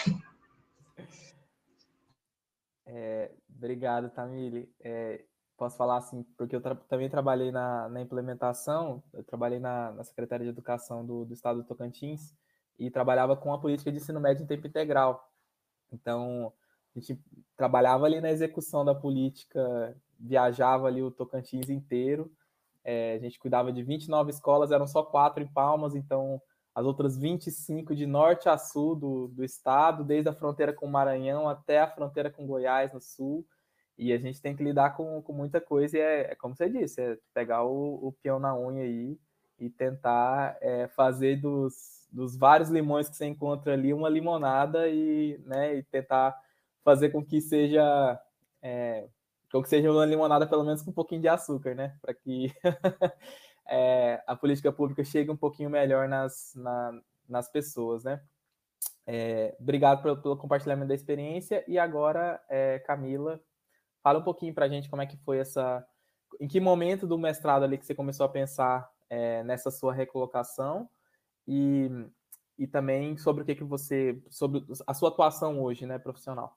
A: Obrigado, Tamile. Posso falar assim, porque eu também trabalhei na implementação, eu trabalhei na Secretaria de Educação do Estado do Tocantins e trabalhava com a política de ensino médio em tempo integral. Então, a gente trabalhava ali na execução da política, viajava ali o Tocantins inteiro, a gente cuidava de 29 escolas, eram só 4 em Palmas, então as outras 25 de norte a sul do estado, desde a fronteira com o Maranhão até a fronteira com Goiás, no sul. E a gente tem que lidar com muita coisa, e como você disse, pegar o peão na unha aí e tentar fazer dos vários limões que você encontra ali uma limonada e tentar fazer com que seja uma limonada pelo menos com um pouquinho de açúcar, né? Para que a política pública chegue um pouquinho melhor nas pessoas, né? Obrigado pelo compartilhamento da experiência. E agora, Camila, fala um pouquinho para a gente como é que foi em que momento do mestrado ali que você começou a pensar nessa sua recolocação e também sobre sobre a sua atuação hoje, né, profissional.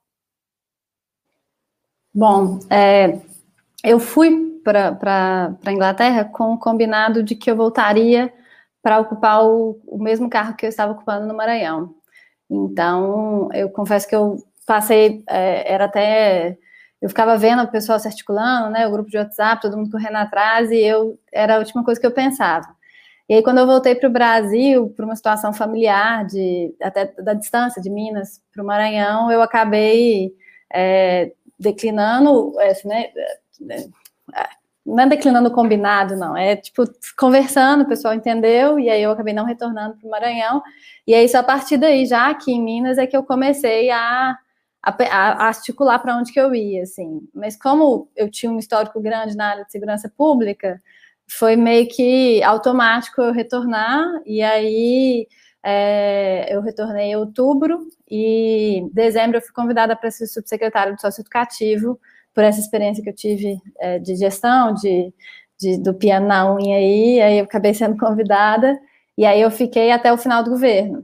C: Bom, eu fui para a Inglaterra com o combinado de que eu voltaria para ocupar o mesmo cargo que eu estava ocupando no Maranhão. Então, eu confesso que eu passei, eu ficava vendo o pessoal se articulando, né, o grupo de WhatsApp, todo mundo correndo atrás, e era a última coisa que eu pensava. E aí, quando eu voltei para o Brasil, por uma situação familiar, até da distância de Minas para o Maranhão, eu acabei declinando, né, não é declinando o combinado, não, é tipo conversando, o pessoal entendeu, e aí eu acabei não retornando para o Maranhão, e aí só a partir daí, já aqui em Minas, é que eu comecei a articular para onde que eu ia, assim. Mas como eu tinha um histórico grande na área de segurança pública, foi meio que automático eu retornar, e aí eu retornei em outubro, e em dezembro eu fui convidada para ser subsecretária de socioeducativo, por essa experiência que eu tive de gestão, do piano na unha aí eu acabei sendo convidada, e aí eu fiquei até o final do governo.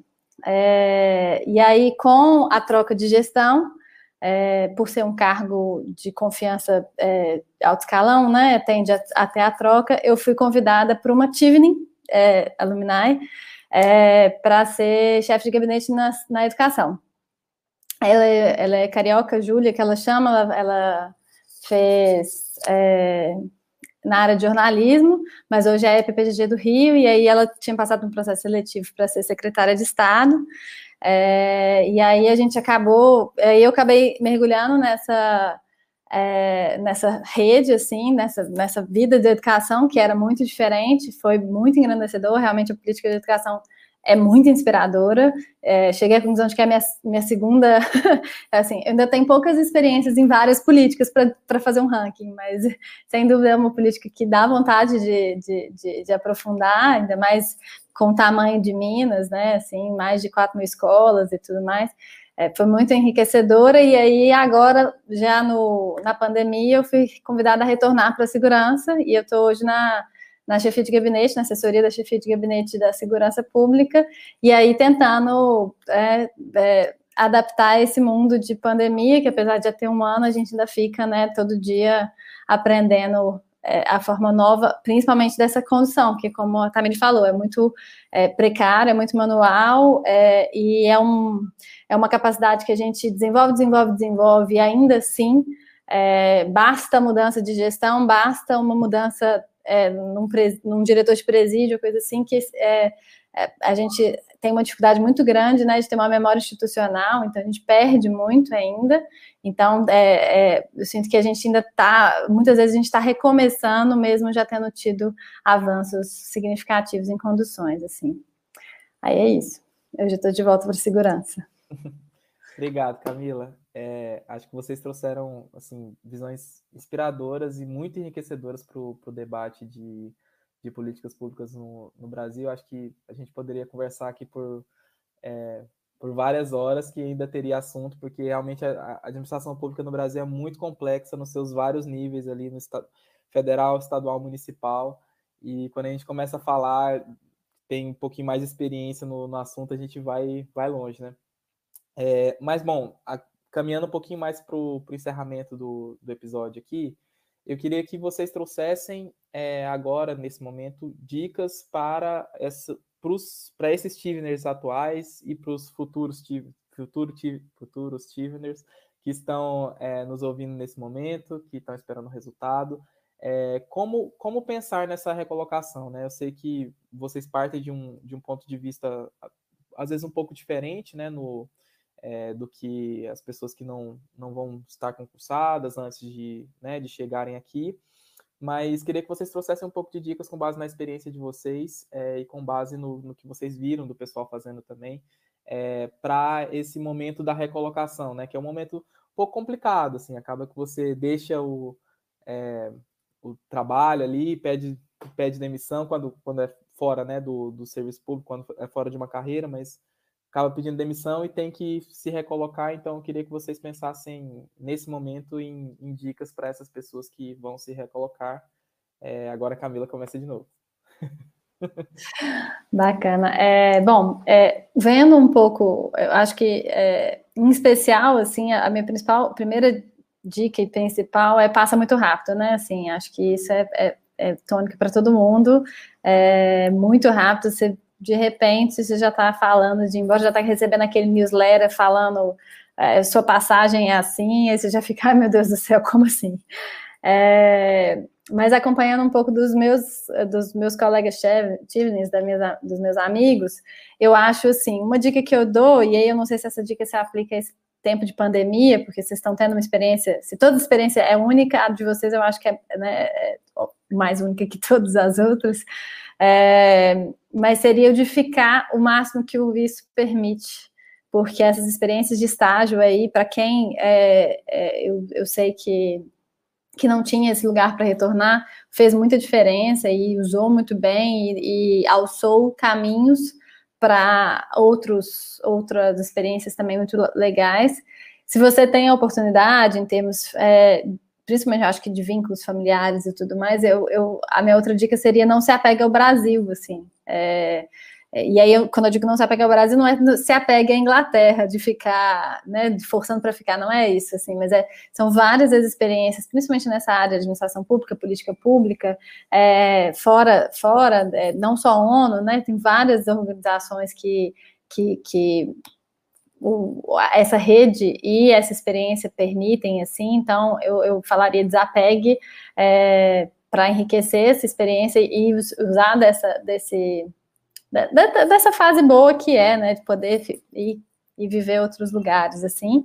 C: E aí, com a troca de gestão, por ser um cargo de confiança alto escalão, né, tende até a troca, eu fui convidada para uma Tivnin Alumni para ser chefe de gabinete na educação. Ela é carioca, Júlia, que ela chama, ela fez na área de jornalismo, mas hoje é PPGG do Rio, e aí ela tinha passado por um processo seletivo para ser secretária de Estado, e aí a gente eu acabei mergulhando nessa rede, assim, nessa vida de educação, que era muito diferente, foi muito engrandecedor, realmente a política de educação é muito inspiradora. Cheguei à conclusão de que é a minha segunda, assim, eu ainda tenho poucas experiências em várias políticas para fazer um ranking, mas sem dúvida é uma política que dá vontade de aprofundar, ainda mais com o tamanho de Minas, né, assim, mais de 4.000 escolas e tudo mais. Foi muito enriquecedora, e aí agora, já na pandemia, eu fui convidada a retornar para a segurança, e eu estou hoje na chefia de gabinete, na assessoria da chefia de gabinete da segurança pública, e aí tentando adaptar esse mundo de pandemia, que apesar de já ter um ano, a gente ainda fica, né, todo dia aprendendo a forma nova, principalmente dessa condução, que, como a Tamiri falou, é muito precária, é muito manual, e é uma capacidade que a gente desenvolve, e ainda assim, basta mudança de gestão, basta uma mudança num diretor de presídio, coisa assim, que a gente tem uma dificuldade muito grande, né, de ter uma memória institucional, então a gente perde muito ainda. Então, eu sinto que a gente ainda muitas vezes a gente está recomeçando, mesmo já tendo tido avanços significativos em conduções, assim. Aí é isso. Eu já estou de volta para a segurança.
A: Obrigado, Camila. Acho que vocês trouxeram, assim, visões inspiradoras e muito enriquecedoras para o debate de políticas públicas no Brasil. Acho que a gente poderia conversar aqui por várias horas, que ainda teria assunto, porque realmente a administração pública no Brasil é muito complexa nos seus vários níveis ali, no federal, estadual, municipal, e quando a gente começa a falar, tem um pouquinho mais de experiência no assunto, a gente vai longe, né? Mas, bom, caminhando um pouquinho mais para o encerramento do episódio aqui, eu queria que vocês trouxessem agora, nesse momento, dicas para esses Tivners atuais e para os futuros Tivners que estão nos ouvindo nesse momento, que estão esperando o resultado. Como pensar nessa recolocação, né? Eu sei que vocês partem de um ponto de vista, às vezes, um pouco diferente, né, do que as pessoas que não vão estar concursadas antes de chegarem aqui, mas queria que vocês trouxessem um pouco de dicas com base na experiência de vocês e com base no que vocês viram do pessoal fazendo também, para esse momento da recolocação, né, que é um momento um pouco complicado, assim, acaba que você deixa o trabalho ali, pede demissão quando é fora, né, do serviço público, quando é fora de uma carreira, mas acaba pedindo demissão e tem que se recolocar. Então eu queria que vocês pensassem nesse momento em dicas para essas pessoas que vão se recolocar. Agora a Camila começa de novo.
C: Bacana. Bom, vendo um pouco, eu acho que em especial, assim, a minha primeira dica e principal passa muito rápido, né? Assim, acho que isso é tônica para todo mundo, muito rápido. Você, de repente, você já está falando embora, já está recebendo aquele newsletter falando sua passagem é assim, aí você já fica, ai meu Deus do céu, como assim? Mas acompanhando um pouco dos meus colegas Tivners, dos meus amigos, eu acho assim, uma dica que eu dou, e aí eu não sei se essa dica se aplica tempo de pandemia, porque vocês estão tendo uma experiência, se toda experiência é única, a de vocês eu acho que é mais única que todas as outras, mas seria o de ficar o máximo que o visto permite, porque essas experiências de estágio aí, para quem eu sei que não tinha esse lugar para retornar, fez muita diferença e usou muito bem e alçou caminhos para outras experiências também muito legais. Se você tem a oportunidade, em termos, principalmente, acho que de vínculos familiares e tudo mais, a minha outra dica seria não se apegue ao Brasil, assim. E aí, quando eu digo não se apegue ao Brasil, não é se apegue à Inglaterra, de ficar, né, forçando para ficar, não é isso, assim, mas são várias as experiências, principalmente nessa área de administração pública, política pública, fora não só a ONU, né, tem várias organizações que essa rede e essa experiência permitem, assim, então eu falaria desapegue para enriquecer essa experiência e usar dessa fase boa que né, de poder ir e viver outros lugares, assim.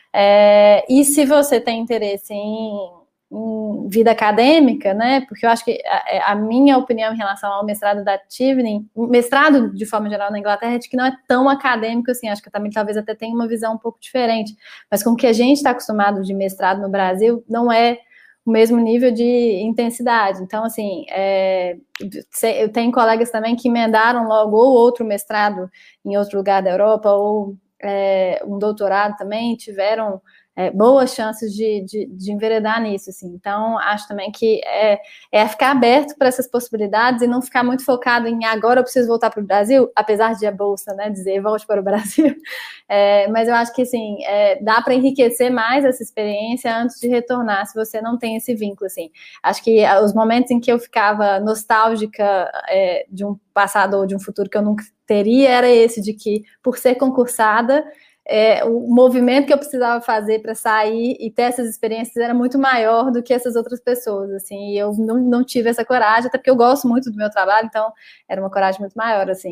C: E se você tem interesse em vida acadêmica, né, porque eu acho que a minha opinião em relação ao mestrado da Chevening, mestrado de forma geral na Inglaterra, é de que não é tão acadêmico assim, acho que também talvez até tenha uma visão um pouco diferente, mas com o que a gente está acostumado de mestrado no Brasil, não é o mesmo nível de intensidade. Então, assim, eu tenho colegas também que emendaram logo ou outro mestrado em outro lugar da Europa, ou um doutorado também, tiveram boas chances de enveredar nisso, assim. Então, acho também que ficar aberto para essas possibilidades e não ficar muito focado em agora eu preciso voltar para o Brasil, apesar de a Bolsa, né, dizer volte para o Brasil, mas eu acho que, assim, dá para enriquecer mais essa experiência antes de retornar, se você não tem esse vínculo, assim. Acho que os momentos em que eu ficava nostálgica de um passado ou de um futuro que eu nunca teria, era esse de que, por ser concursada, o movimento que eu precisava fazer para sair e ter essas experiências era muito maior do que essas outras pessoas, assim, e eu não tive essa coragem, até porque eu gosto muito do meu trabalho, então era uma coragem muito maior, assim,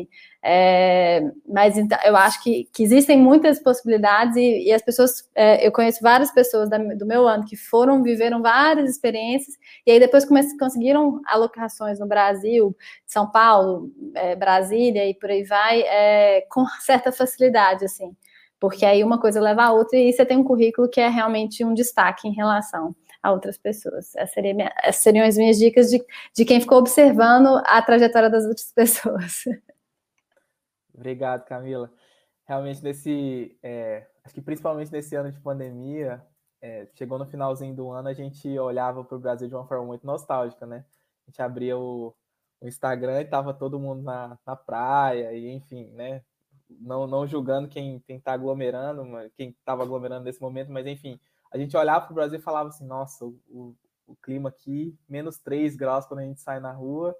C: mas então, eu acho que existem muitas possibilidades e as pessoas, eu conheço várias pessoas do meu ano que viveram várias experiências e aí depois conseguiram alocações no Brasil, São Paulo, Brasília e por aí vai, com certa facilidade, assim, porque aí uma coisa leva a outra e você tem um currículo que é realmente um destaque em relação a outras pessoas. Essas seriam as minhas dicas de quem ficou observando a trajetória das outras pessoas.
A: Obrigado, Camila. Realmente, acho que principalmente nesse ano de pandemia, chegou no finalzinho do ano, a gente olhava para o Brasil de uma forma muito nostálgica, né? A gente abria o Instagram e estava todo mundo na praia, e enfim, né? Não julgando quem está aglomerando, quem estava aglomerando nesse momento, mas enfim, a gente olhava para o Brasil e falava assim, nossa, o clima aqui, menos 3 graus quando a gente sai na rua,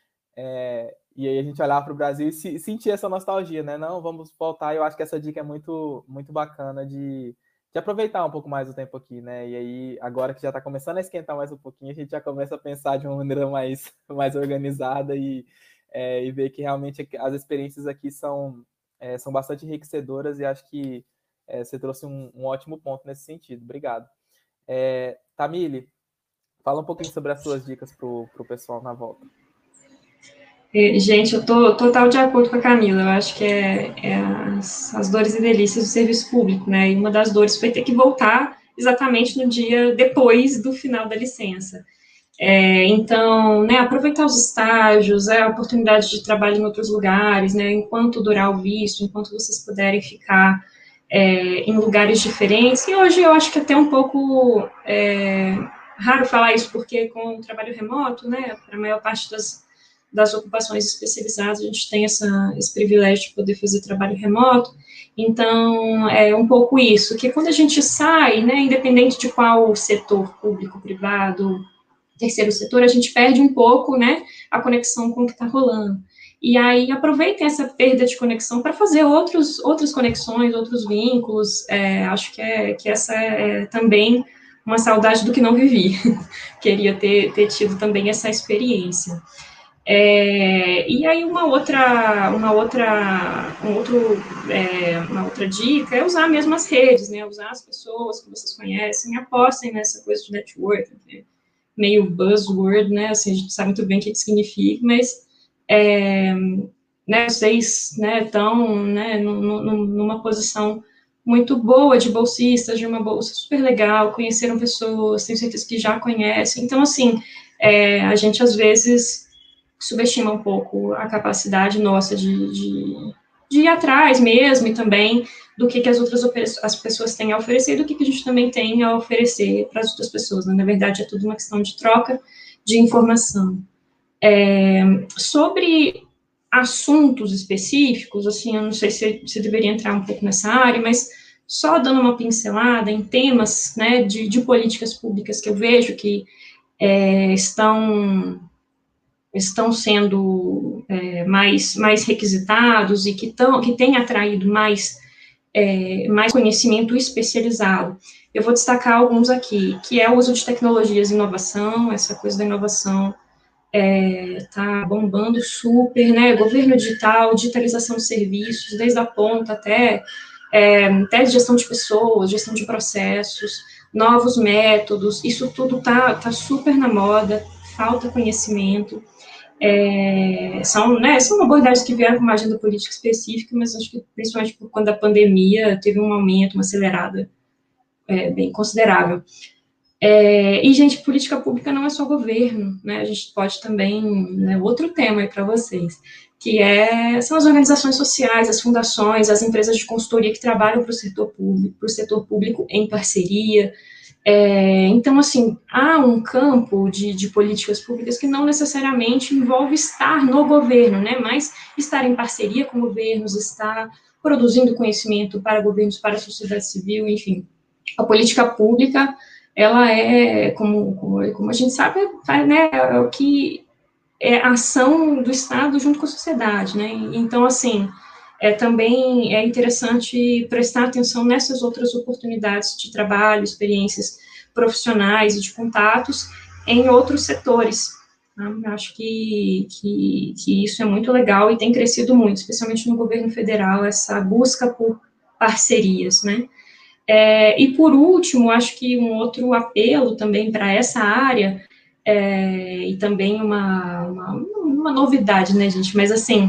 A: e aí a gente olhava para o Brasil e sentia essa nostalgia, né? Não, vamos voltar. Eu acho que essa dica é muito, muito bacana de aproveitar um pouco mais o tempo aqui, né? E aí, agora que já está começando a esquentar mais um pouquinho, a gente já começa a pensar de uma maneira mais organizada e ver que realmente as experiências aqui são bastante enriquecedoras e acho que você trouxe um ótimo ponto nesse sentido. Obrigado. Tamile, fala um pouquinho sobre as suas dicas para o pessoal na volta.
B: Gente, eu estou total de acordo com a Camila. Eu acho que as dores e delícias do serviço público, né? E uma das dores foi ter que voltar exatamente no dia depois do final da licença. Então, né, aproveitar os estágios, a oportunidade de trabalho em outros lugares, né, enquanto durar o visto, enquanto vocês puderem ficar em lugares diferentes. E hoje eu acho que até um pouco raro falar isso, porque com o trabalho remoto, né, para a maior parte das ocupações especializadas, a gente tem esse privilégio de poder fazer trabalho remoto. Então, é um pouco isso, que quando a gente sai, né, independente de qual setor, público, privado, terceiro setor, a gente perde um pouco, né, a conexão com o que está rolando. E aí, aproveitem essa perda de conexão para fazer outras conexões, outros vínculos. Acho que essa é também uma saudade do que não vivi. Queria ter tido também essa experiência. E aí uma outra dica é usar mesmo as redes, né? Usar as pessoas que vocês conhecem, apostem nessa coisa de networking, né? Meio buzzword, né? Assim, a gente sabe muito bem o que significa, mas né, vocês estão, né, numa posição muito boa de bolsistas, de uma bolsa super legal, conheceram pessoas, tenho certeza que já conhecem. Então, assim, a gente às vezes subestima um pouco a capacidade nossa de ir atrás mesmo, e também do que as pessoas têm a oferecer, e do que a gente também tem a oferecer para as outras pessoas, né? Na verdade, é tudo uma questão de troca de informação. Sobre assuntos específicos, assim, eu não sei se deveria entrar um pouco nessa área, mas só dando uma pincelada em temas, né, de políticas públicas que eu vejo que estão sendo mais requisitados e que têm atraído mais conhecimento especializado. Eu vou destacar alguns aqui, que é o uso de tecnologias e inovação, essa coisa da inovação tá bombando super, né? Governo digital, digitalização de serviços, desde a ponta até gestão de pessoas, gestão de processos, novos métodos, isso tudo tá super na moda, falta conhecimento. São abordagens que vieram com uma agenda política específica, mas acho que principalmente por conta da pandemia teve um aumento, uma acelerada bem considerável. E, gente, política pública não é só governo, né? A gente pode também, né, outro tema aí para vocês, que são as organizações sociais, as fundações, as empresas de consultoria que trabalham para o setor público em parceria. Então, assim, há um campo de políticas públicas que não necessariamente envolve estar no governo, né? Mas estar em parceria com governos, estar produzindo conhecimento para governos, para a sociedade civil, enfim. A política pública, ela como a gente sabe, né, é o que é a ação do Estado junto com a sociedade, né? Então, assim, também é interessante prestar atenção nessas outras oportunidades de trabalho, experiências profissionais e de contatos em outros setores. Tá? Eu acho que isso é muito legal e tem crescido muito, especialmente no governo federal, essa busca por parcerias, né? E, por último, acho que um outro apelo também para essa área, e também uma novidade, né, gente? Mas, assim,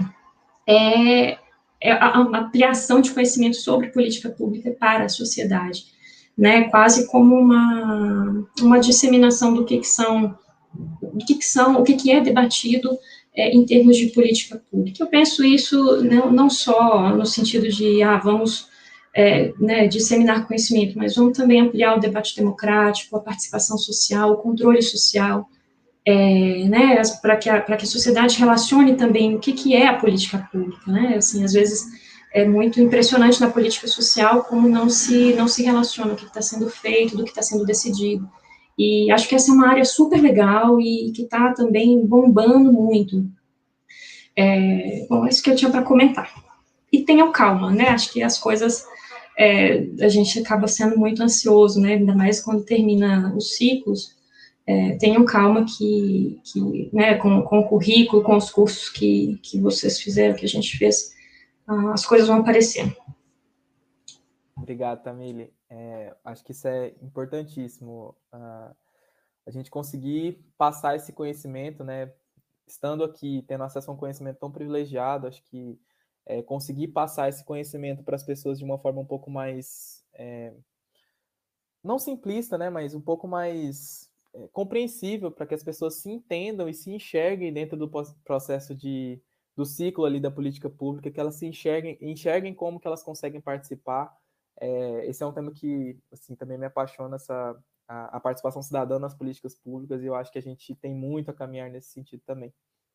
B: a ampliação de conhecimento sobre política pública para a sociedade, né? Quase como uma disseminação do que é debatido em termos de política pública. Eu penso isso não só no sentido de, vamos né, disseminar conhecimento, mas vamos também ampliar o debate democrático, a participação social, o controle social, né, para que a sociedade relacione também o que é a política pública, né, assim, às vezes é muito impressionante na política social como não se relaciona o que está sendo feito, do que está sendo decidido, e acho que essa é uma área super legal e que está também bombando muito. Bom, é isso que eu tinha para comentar. E tenham calma, né, acho que as coisas, a gente acaba sendo muito ansioso, né, ainda mais quando termina os ciclos. Tenham calma que né, com o currículo, com os cursos que vocês fizeram, que a gente fez, as coisas vão aparecendo.
A: Obrigado, Tamile. Acho que isso é importantíssimo, a gente conseguir passar esse conhecimento, né? Estando aqui, tendo acesso a um conhecimento tão privilegiado, acho que conseguir passar esse conhecimento para as pessoas de uma forma um pouco mais, não simplista, né? Mas um pouco mais compreensível, para que as pessoas se entendam e se enxerguem dentro do processo do ciclo ali da política pública, que elas se enxerguem como que elas conseguem participar. Esse é um tema que, assim, também me apaixona, a participação cidadã nas políticas públicas, e eu acho que a gente tem muito a caminhar nesse sentido também.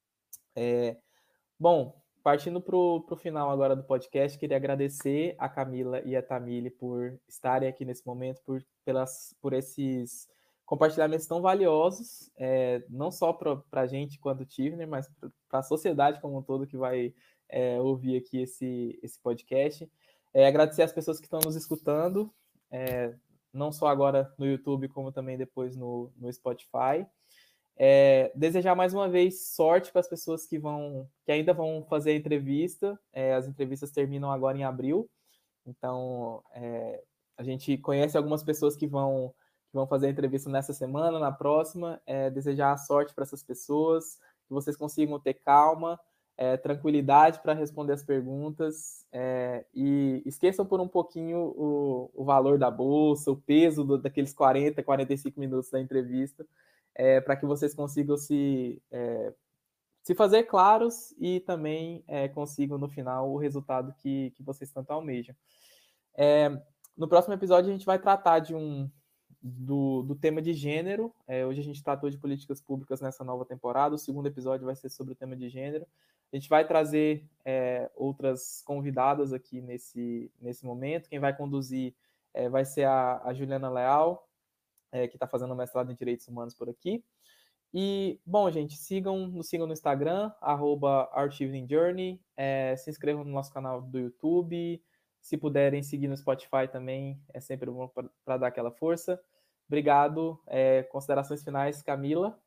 A: Bom, partindo para o final agora do podcast, queria agradecer a Camila e a Tamile por estarem aqui nesse momento, por esses compartilhamentos tão valiosos, não só para a gente quanto Tivner, mas para a sociedade como um todo que vai ouvir aqui esse podcast. Agradecer às pessoas que estão nos escutando, não só agora no YouTube, como também depois no Spotify. Desejar mais uma vez sorte para as pessoas que ainda vão fazer a entrevista. As entrevistas terminam agora em abril, então a gente conhece algumas pessoas que vão fazer a entrevista nessa semana, na próxima. Desejar sorte para essas pessoas, que vocês consigam ter calma, tranquilidade para responder as perguntas, e esqueçam por um pouquinho o valor da bolsa, o peso daqueles 40, 45 minutos da entrevista, para que vocês consigam se fazer claros e também consigam, no final, o resultado que vocês tanto almejam. No próximo episódio, a gente vai tratar do tema de gênero. Hoje a gente tratou de políticas públicas nessa nova temporada. O segundo episódio vai ser sobre o tema de gênero. A gente vai trazer outras convidadas aqui nesse momento. Quem vai conduzir vai ser a Juliana Leal, que está fazendo mestrado em Direitos Humanos por aqui. E, bom, gente, nos sigam no Instagram, @OurEveningJourney, se inscrevam no nosso canal do YouTube. Se puderem seguir no Spotify também, é sempre bom para dar aquela força. Obrigado. Considerações finais, Camila?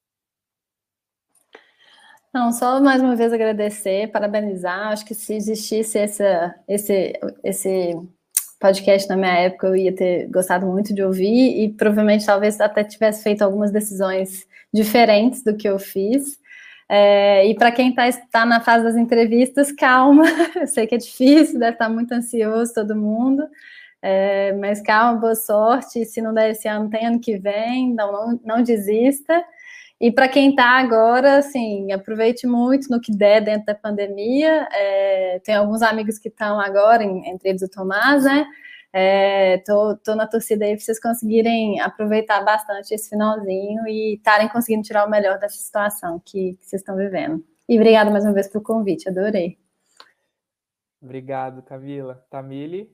C: Não, só mais uma vez agradecer, parabenizar. Acho que se existisse esse podcast na minha época, eu ia ter gostado muito de ouvir e provavelmente talvez até tivesse feito algumas decisões diferentes do que eu fiz. E para quem está na fase das entrevistas, calma, eu sei que é difícil, deve estar muito ansioso todo mundo, mas calma, boa sorte. Se não der esse ano, tem ano que vem, não desista. E para quem está agora, assim, aproveite muito no que der dentro da pandemia. Tem alguns amigos que estão agora, entre eles o Tomás, né? Tô na torcida aí para vocês conseguirem aproveitar bastante esse finalzinho e estarem conseguindo tirar o melhor dessa situação que vocês estão vivendo. E obrigada mais uma vez pelo convite, adorei.
A: Obrigado, Camila. Tamile?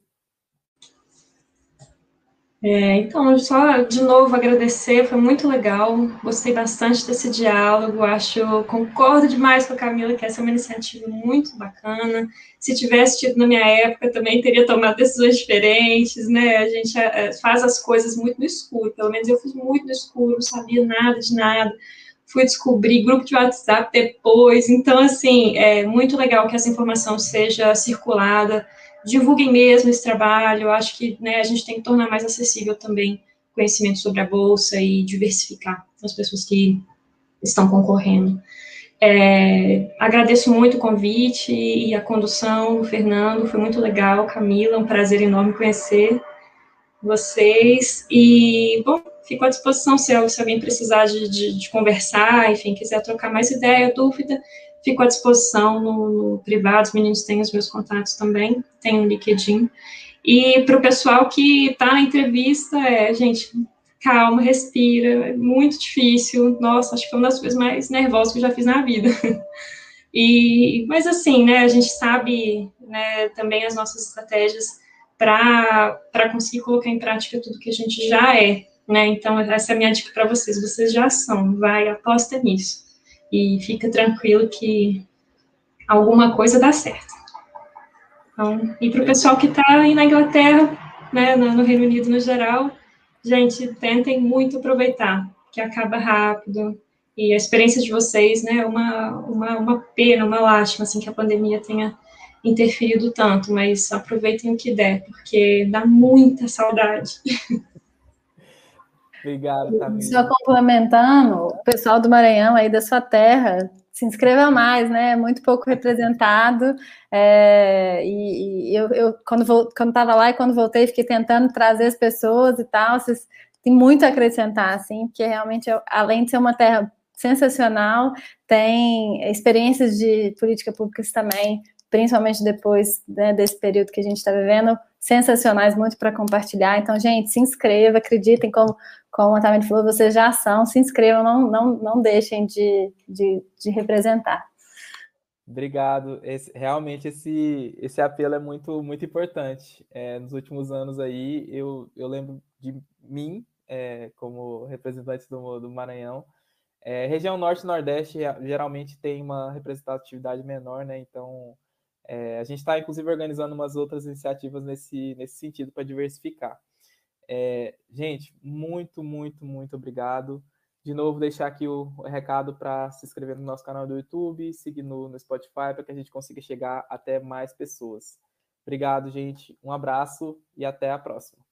B: Então, só de novo agradecer, foi muito legal, gostei bastante desse diálogo, concordo demais com a Camila que essa é uma iniciativa muito bacana. Se tivesse tido na minha época, também teria tomado decisões diferentes, né? A gente faz as coisas muito no escuro, pelo menos eu fiz muito no escuro, não sabia nada de nada, fui descobrir grupo de WhatsApp depois. Então, assim, é muito legal que essa informação seja circulada. Divulguem mesmo esse trabalho. Eu acho que, né, a gente tem que tornar mais acessível também conhecimento sobre a Bolsa e diversificar as pessoas que estão concorrendo. Agradeço muito o convite e a condução, Fernando, foi muito legal. Camila, um prazer enorme conhecer vocês. E, bom, fico à disposição se alguém precisar de conversar, enfim, quiser trocar mais ideia, dúvida, fico à disposição no privado. Os meninos têm os meus contatos também, tem um LinkedIn. E para o pessoal que está na entrevista, gente, calma, respira, é muito difícil. Nossa, acho que foi uma das coisas mais nervosas que eu já fiz na vida. Mas assim, né, a gente sabe, né, também as nossas estratégias para conseguir colocar em prática tudo que a gente já né? Então, essa é a minha dica para vocês já são, aposta nisso. E fica tranquilo que alguma coisa dá certo. Então, e para o pessoal que está aí na Inglaterra, né, no Reino Unido no geral, gente, tentem muito aproveitar, que acaba rápido. E a experiência de vocês, né, uma pena, uma lástima, assim, que a pandemia tenha interferido tanto, mas aproveitem o que der, porque dá muita saudade.
A: Obrigado, Tamile.
C: Só complementando, o pessoal do Maranhão aí da sua terra, se inscreva mais, né? Muito pouco representado. E eu quando estava lá e quando voltei, fiquei tentando trazer as pessoas e tal. Vocês têm muito a acrescentar, assim, porque realmente, além de ser uma terra sensacional, tem experiências de política públicas também, principalmente depois, né, desse período que a gente está vivendo, sensacionais, muito para compartilhar. Então, gente, se inscreva, acreditem, como a Tamile falou, vocês já são, se inscrevam, não deixem de representar.
A: Obrigado. Realmente esse apelo é muito, muito importante. Nos últimos anos aí, eu lembro de mim, como representante do Maranhão. Região Norte e Nordeste geralmente tem uma representatividade menor, né? Então, a gente está, inclusive, organizando umas outras iniciativas nesse sentido para diversificar. Gente, muito, muito, muito obrigado. De novo, deixar aqui o recado para se inscrever no nosso canal do YouTube, seguir no Spotify, para que a gente consiga chegar até mais pessoas. Obrigado, gente. Um abraço e até a próxima.